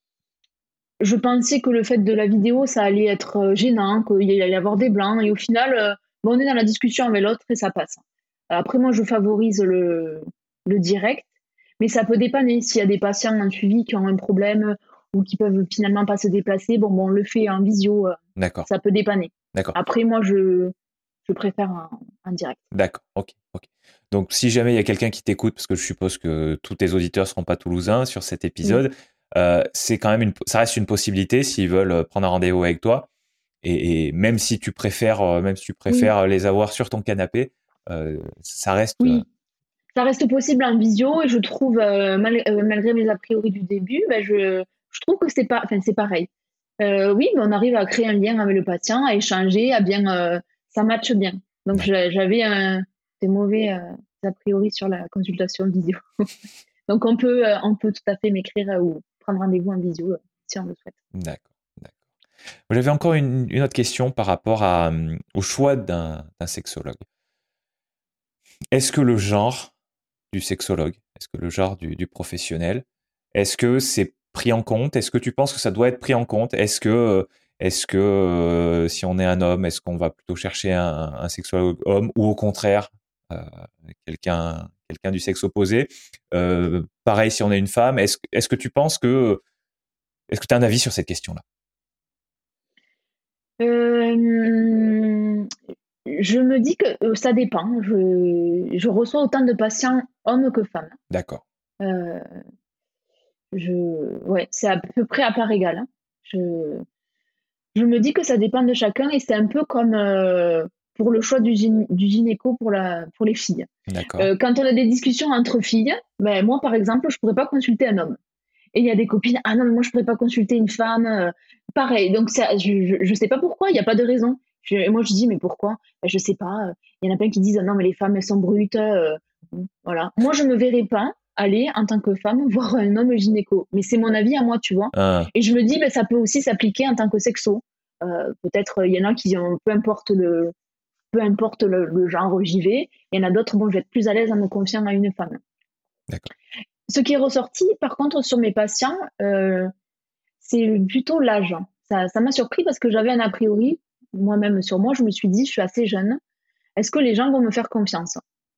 je pensais que le fait de la vidéo, ça allait être euh, gênant, qu'il allait y avoir des blancs. Et au final, euh, bon, on est dans la discussion avec l'autre et ça passe. Après, moi, je favorise le, le direct, mais ça peut dépanner. S'il y a des patients en suivi qui ont un problème, ou qui peuvent finalement pas se déplacer, bon, bon on le fait en visio, euh, D'accord, ça peut dépanner. d'accord, Après, moi, je, je préfère un, un direct. d'accord, ok, ok. Donc, si jamais il y a quelqu'un qui t'écoute, parce que je suppose que tous tes auditeurs ne seront pas toulousains sur cet Oui, épisode, euh, c'est quand même une, ça reste une possibilité s'ils veulent prendre un rendez-vous avec toi. Et, et même si tu préfères, euh, même si tu oui, préfères les avoir sur ton canapé, euh, ça reste. euh, oui. Ça reste possible en visio et je trouve, euh, mal- euh, malgré mes a priori du début, ben, je, je trouve que c'est pas, enfin, c'est pareil. Euh, oui, mais on arrive à créer un lien avec le patient, à échanger, à bien, euh, ça matche bien. Donc D'accord. j'a- j'avais un, des mauvais euh, a priori sur la consultation visio. Donc on peut, euh, on peut tout à fait m'écrire euh, ou prendre rendez-vous en visio euh, si on le souhaite. D'accord. D'accord. J'avais encore une, une autre question par rapport à, hum, au choix d'un d'un sexologue. Est-ce que le genre du sexologue, est-ce que le genre du, du professionnel, est-ce que c'est pris en compte? Est-ce que tu penses que ça doit être pris en compte? Est-ce que, euh, est-ce que euh, si on est un homme, est-ce qu'on va plutôt chercher un, un sexologue homme ou au contraire euh, quelqu'un quelqu'un du sexe opposé? Euh, pareil, si on est une femme, est-ce, est-ce que tu penses que est-ce que tu as un avis sur cette question-là? Euh, je me dis que euh, ça dépend. Je, je reçois autant de patients hommes que femmes. D'accord. Euh, je, ouais, c'est à peu près à part égale, hein. Je, je me dis que ça dépend de chacun et c'est un peu comme euh, pour le choix du, gyné- du gynéco pour, la, pour les filles. D'accord. Euh, quand on a des discussions entre filles, ben, moi par exemple, je pourrais pas consulter un homme. Et il y a des copines, ah non, mais moi je pourrais pas consulter une femme. euh, pareil, donc ça, je, je, je sais pas pourquoi, il n'y a pas de raison. Je, et moi je dis, mais pourquoi? Ben, je sais pas. euh, Il y en a plein qui disent, ah non, mais les femmes elles sont brutes. euh, voilà. Moi je me verrais pas aller en tant que femme voir un homme gynéco. Mais c'est mon avis à moi, tu vois. Ah, Et je me dis, ben, ça peut aussi s'appliquer en tant que sexo. Euh, peut-être euh, il y en a qui ont, peu importe le, peu importe le, le genre, j'y vais. Il y en a d'autres, bon, je vais être plus à l'aise en me confiant à une femme. d'accord. Ce qui est ressorti, par contre, sur mes patients, euh, c'est plutôt l'âge. Ça, ça m'a surpris parce que j'avais un a priori, moi-même sur moi, je me suis dit, je suis assez jeune. Est-ce que les gens vont me faire confiance?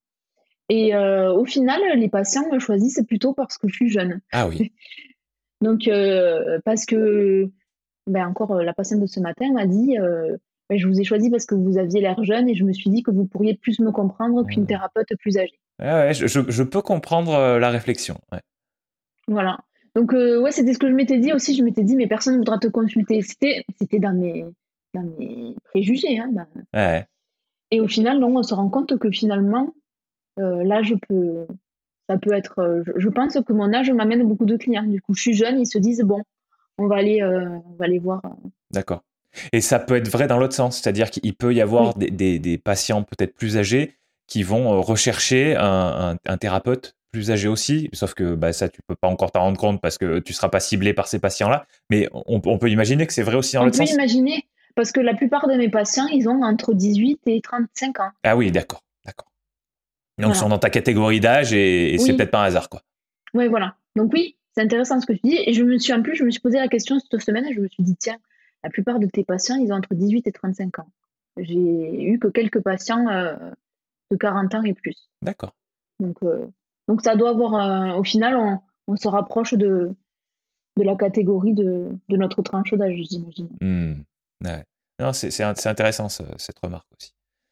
Et euh, au final, les patients me choisissent plutôt parce que je suis jeune. Ah oui. Donc, euh, parce que, ben encore, euh, la patiente de ce matin m'a dit, euh, ben, je vous ai choisi parce que vous aviez l'air jeune et je me suis dit que vous pourriez plus me comprendre qu'une Hmm. thérapeute plus âgée. Ah ouais, je, je, je peux comprendre euh, la réflexion. Ouais. Voilà. Donc, euh, ouais, c'était ce que je m'étais dit aussi. Je m'étais dit, mais personne ne voudra te consulter. C'était, c'était dans mes, dans mes préjugés, hein, dans- Ouais. Et au final, non, on se rend compte que finalement, euh, là, je peux, ça peut être. euh, je, je pense que mon âge m'amène beaucoup de clients. Du coup, je suis jeune, ils se disent, bon, on va aller, euh, on va aller voir. euh. D'accord. Et ça peut être vrai dans l'autre sens, c'est-à-dire qu'il peut y avoir Oui, des, des- des patients peut-être plus âgés qui vont euh, rechercher un, un- un thérapeute plus âgé aussi, sauf que bah, ça, tu peux pas encore t'en rendre compte parce que tu seras pas ciblé par ces patients-là, mais on, on peut imaginer que c'est vrai aussi dans on l'autre peut sens. imaginer, parce que la plupart de mes patients, ils ont entre dix-huit et trente-cinq ans. Ah oui, d'accord, d'accord. Donc ils sont Voilà. dans ta catégorie d'âge et, et c'est Oui, peut-être pas un hasard, quoi. ouais, voilà. Donc oui, c'est intéressant ce que tu dis. Et je me suis, en plus, je me suis posé la question cette semaine et je me suis dit, tiens, la plupart de tes patients, ils ont entre dix-huit et trente-cinq ans. J'ai eu que quelques patients euh, de quarante ans et plus. D'accord. Donc, euh, donc ça doit avoir, euh, au final, on, on se rapproche de, de la catégorie de, de notre tranche d'âge, j'imagine. Hmm. Ouais. Non, c'est c'est int- c'est intéressant ce- cette remarque aussi.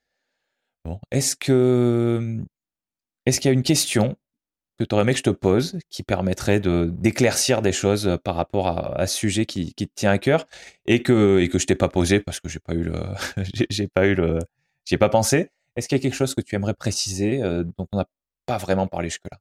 Bon, est-ce que est-ce qu'il y a une question que tu aurais aimé que je te pose, qui permettrait de d'éclaircir des choses euh, par rapport à, à ce sujet qui, qui te tient à cœur et que et que je t'ai pas posé parce que j'ai pas eu le j'ai j'ai pas eu le j'ai pas pensé. Est-ce qu'il y a quelque chose que tu aimerais préciser euh, dont on n'a pas vraiment parlé jusque-là?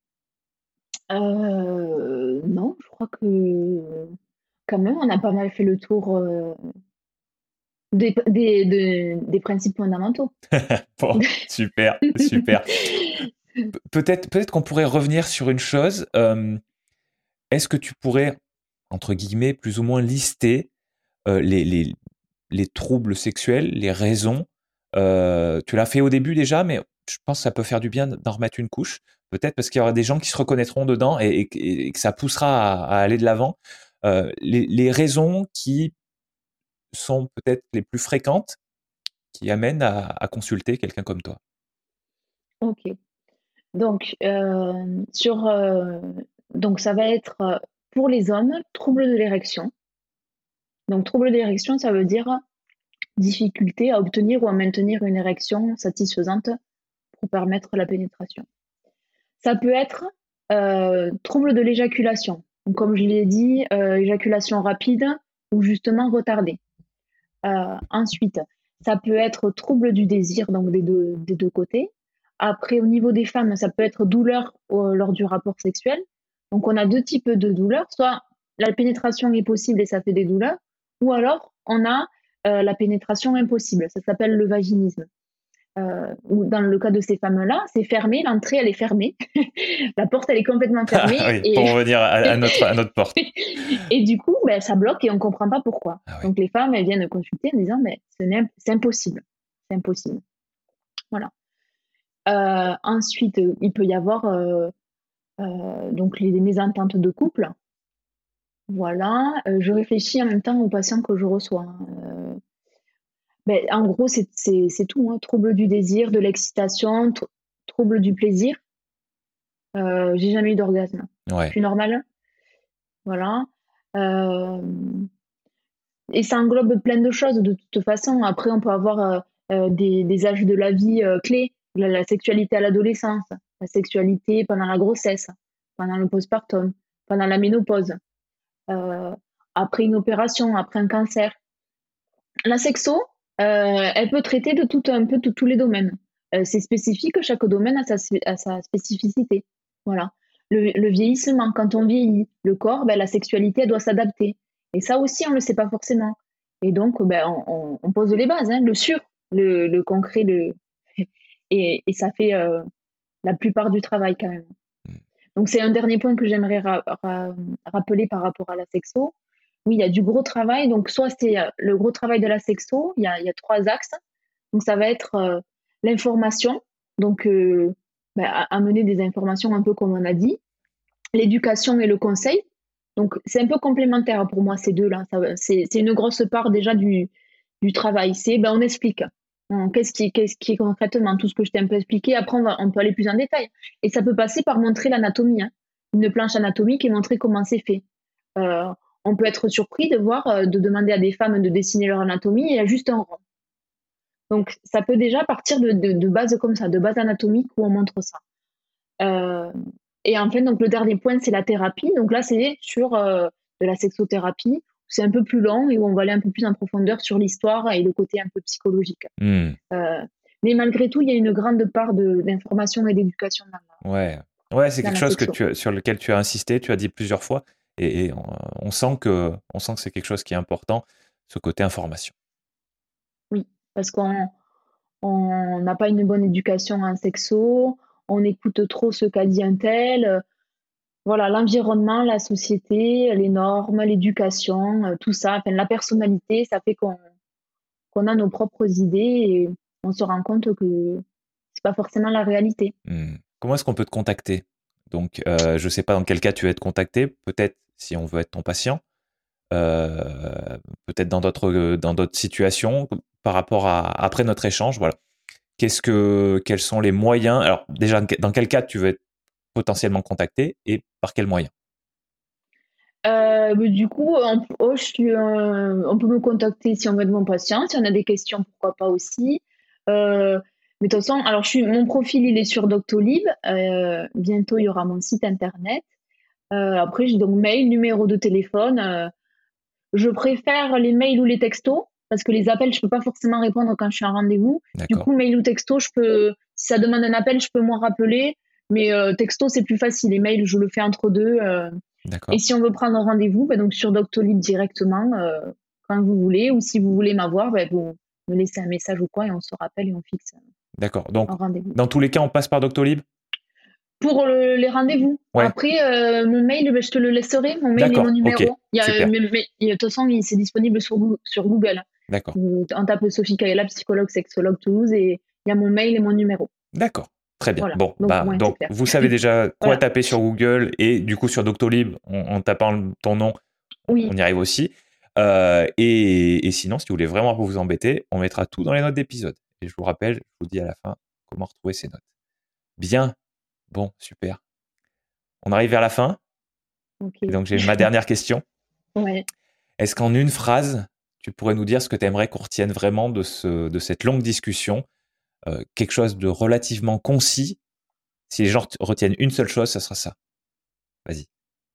Euh, non, je crois que quand même, on a pas mal fait le tour euh, des, des, de- des principes fondamentaux. Bon, super, super. Pe- Peut-être peut-être qu'on pourrait revenir sur une chose. euh, Est-ce que tu pourrais, entre guillemets, plus ou moins lister euh, les, les, les troubles sexuels, les raisons. Euh, tu l'as fait au début déjà, mais je pense que ça peut faire du bien d'en remettre une couche. Peut-être parce qu'il y aura des gens qui se reconnaîtront dedans et, et- et que ça poussera à, à aller de l'avant. Euh, les, les raisons qui sont peut-être les plus fréquentes qui amènent à, à consulter quelqu'un comme toi. Ok. Donc, euh, sur, euh, donc ça va être euh, pour les hommes, trouble de l'érection. Donc, trouble de l'érection, ça veut dire difficulté à obtenir ou à maintenir une érection satisfaisante pour permettre la pénétration. Ça peut être euh, trouble de l'éjaculation. Donc, comme je l'ai dit, euh, éjaculation rapide ou justement retardée. Euh, ensuite, ça peut être trouble du désir, donc des deux, des deux côtés. Après, au niveau des femmes, ça peut être douleur euh, lors du rapport sexuel. Donc, on a deux types de douleurs. Soit la pénétration est possible et ça fait des douleurs, ou alors on a euh, la pénétration impossible. Ça s'appelle le vaginisme. Euh, ou dans le cas de ces femmes-là, c'est fermé, l'entrée elle est fermée, la porte elle est complètement fermée. oui, et... pour revenir à, à, notre, à notre porte. Et du coup, ben, ça bloque et on ne comprend pas pourquoi. Ah oui. Donc les femmes elles viennent consulter en disant ben, c'est impossible, c'est impossible. Voilà. Euh, ensuite, il peut y avoir euh, euh, donc les mésententes de couple. Voilà. Euh, je réfléchis en même temps aux patients que je reçois. Euh, ben, en gros, c'est tout. Hein. Trouble du désir, de l'excitation, tr trouble du plaisir. Euh, J'ai jamais eu d'orgasme. Ouais. Je suis normale. Voilà. Euh, et ça englobe plein de choses de toute façon. Après, on peut avoir euh, euh, des, des âges de la vie euh, clés. La, la sexualité à l'adolescence, la sexualité pendant la grossesse, pendant le postpartum, pendant la ménopause, euh, après une opération, après un cancer. La sexo, euh, elle peut traiter de tout un peu de tous les domaines. Euh, c'est spécifique, chaque domaine a sa, a sa spécificité. Voilà. Le, le vieillissement, quand on vieillit, le corps, ben, la sexualité, elle doit s'adapter. Et ça aussi, on ne le sait pas forcément. Et donc, ben, on, on pose les bases, hein, le sûr, le, le concret, le... Et, et ça fait euh, la plupart du travail quand même. Donc, c'est un dernier point que j'aimerais ra ra rappeler par rapport à la sexo. Oui, il y a du gros travail. Donc, soit c'est le gros travail de la sexo, il y a, il y a trois axes. Donc, ça va être euh, l'information, donc euh, bah, amener des informations un peu comme on a dit, l'éducation et le conseil. Donc, c'est un peu complémentaire pour moi, ces deux-là. C'est une grosse part déjà du, du travail. C'est, ben, on explique. Qu'est-ce qui, qu'est-ce qui est concrètement tout ce que je t'ai un peu expliqué. Après, on, va, on peut aller plus en détail. Et ça peut passer par montrer l'anatomie, hein. Une planche anatomique et montrer comment c'est fait. Euh, on peut être surpris de voir, euh, de demander à des femmes de dessiner leur anatomie et il y a juste un rond. Donc, ça peut déjà partir de, de, de bases comme ça, de bases anatomiques où on montre ça. Euh, et enfin, donc, le dernier point, c'est la thérapie. Donc là, c'est sur euh, de la sexothérapie. C'est un peu plus long et où on va aller un peu plus en profondeur sur l'histoire et le côté un peu psychologique. Mmh. Euh, mais malgré tout, il y a une grande part d'information et d'éducation dans la, Ouais, ouais, c'est quelque chose que sexo. tu, sur lequel tu as insisté, tu as dit plusieurs fois, et, et on, on sent que, on sent que c'est quelque chose qui est important, ce côté information. Oui, parce qu'on on n'a pas une bonne éducation en sexo, on écoute trop ce qu'a dit un tel. Voilà, l'environnement, la société, les normes, l'éducation, euh, tout ça, enfin, la personnalité, ça fait qu'on qu'on a nos propres idées et on se rend compte que c'est pas forcément la réalité. Mmh. Comment est-ce qu'on peut te contacter? Donc, euh, je ne sais pas dans quel cas tu vas être contacté, peut-être si on veut être ton patient, euh, peut-être dans d'autres dans d'autres situations, par rapport à après notre échange, voilà. Qu'est-ce que, quels sont les moyens? Alors déjà, dans quel cas tu veux être potentiellement contacté et par quels moyens? Euh, mais du coup, on, oh, je suis, euh, on peut me contacter si on veut de mon patient, si on a des questions, pourquoi pas aussi. Euh, mais de toute façon, alors je suis, mon profil il est sur Doctolib. Euh, bientôt il y aura mon site internet. Euh, après j'ai donc mail, numéro de téléphone. Euh, je préfère les mails ou les textos parce que les appels je peux pas forcément répondre quand je suis en rendez-vous. Du coup mail ou texto, je peux, si ça demande un appel, je peux m'en rappeler. Mais euh, texto c'est plus facile. Les mails je le fais entre deux. Euh, Et si on veut prendre un rendez-vous, bah donc sur Doctolib directement, euh, quand vous voulez, ou si vous voulez m'avoir, bah vous me laissez un message ou quoi, et on se rappelle et on fixe D'accord. Donc, un rendez-vous. dans tous les cas, on passe par Doctolib? Pour le, les rendez-vous. Ouais. Après, euh, mon mail, bah, je te le laisserai, mon mail et mon numéro. Okay. Il y a, Super. mais, mais, de toute façon, c'est disponible sur, sur Google. D'accord. On tape Sophie Kaela, psychologue, sexologue Toulouse, et il y a mon mail et mon numéro. D'accord. Très bien. Voilà. Bon, donc, bah, ouais, donc vous savez déjà quoi voilà. taper sur Google et du coup sur Doctolib, en, en tapant ton nom, oui. on y arrive aussi. Euh, et, et sinon, si vous voulez vraiment vous embêter, on mettra tout dans les notes d'épisode. Et je vous rappelle, je vous dis à la fin comment retrouver ces notes. Bien. Bon, super. On arrive vers la fin. Okay. Donc, j'ai ma dernière question. Ouais. Est-ce qu'en une phrase, tu pourrais nous dire ce que tu aimerais qu'on retienne vraiment de, ce, de cette longue discussion, euh, quelque chose de relativement concis. Si les gens retiennent une seule chose, ça sera ça. Vas-y.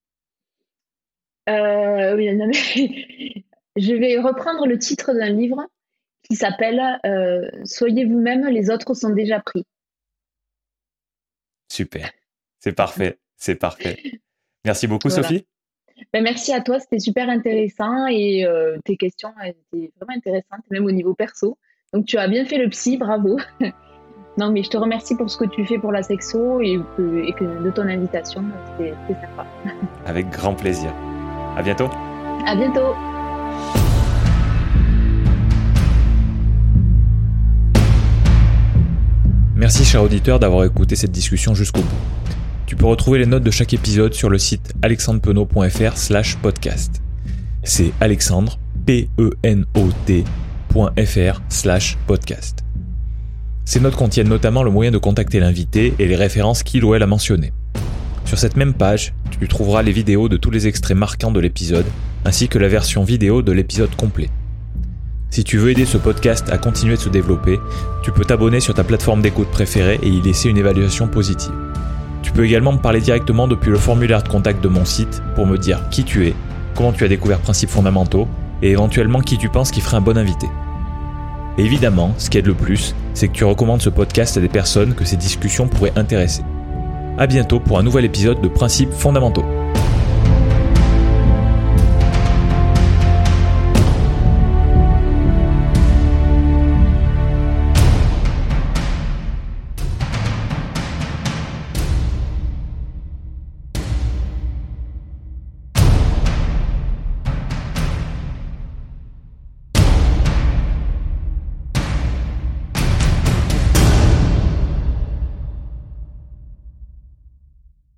Euh, oui, non, mais je vais reprendre le titre d'un livre qui s'appelle euh, « Soyez vous-même, les autres sont déjà pris ». Super, c'est parfait, c'est parfait. Merci beaucoup, Voilà. Sophie. Ben, merci à toi, c'était super intéressant et euh, tes questions étaient vraiment intéressantes, même au niveau perso. Donc tu as bien fait le psy, bravo. Non, mais je te remercie pour ce que tu fais pour la sexo et que, et que de ton invitation, c'était sympa. Avec grand plaisir. À bientôt. À bientôt. Merci, cher auditeur, d'avoir écouté cette discussion jusqu'au bout. Tu peux retrouver les notes de chaque épisode sur le site alexandrepenot.fr slash podcast. C'est alexandre, P E N O T, .fr slash podcast. Ces notes contiennent notamment le moyen de contacter l'invité et les références qu'il ou elle a mentionnées. Sur cette même page, tu trouveras les vidéos de tous les extraits marquants de l'épisode, ainsi que la version vidéo de l'épisode complet. Si tu veux aider ce podcast à continuer de se développer, tu peux t'abonner sur ta plateforme d'écoute préférée et y laisser une évaluation positive. Tu peux également me parler directement depuis le formulaire de contact de mon site pour me dire qui tu es, comment tu as découvert Principes fondamentaux et éventuellement qui tu penses qui ferait un bon invité. Et évidemment, ce qui aide le plus, c'est que tu recommandes ce podcast à des personnes que ces discussions pourraient intéresser. À bientôt pour un nouvel épisode de Principes fondamentaux.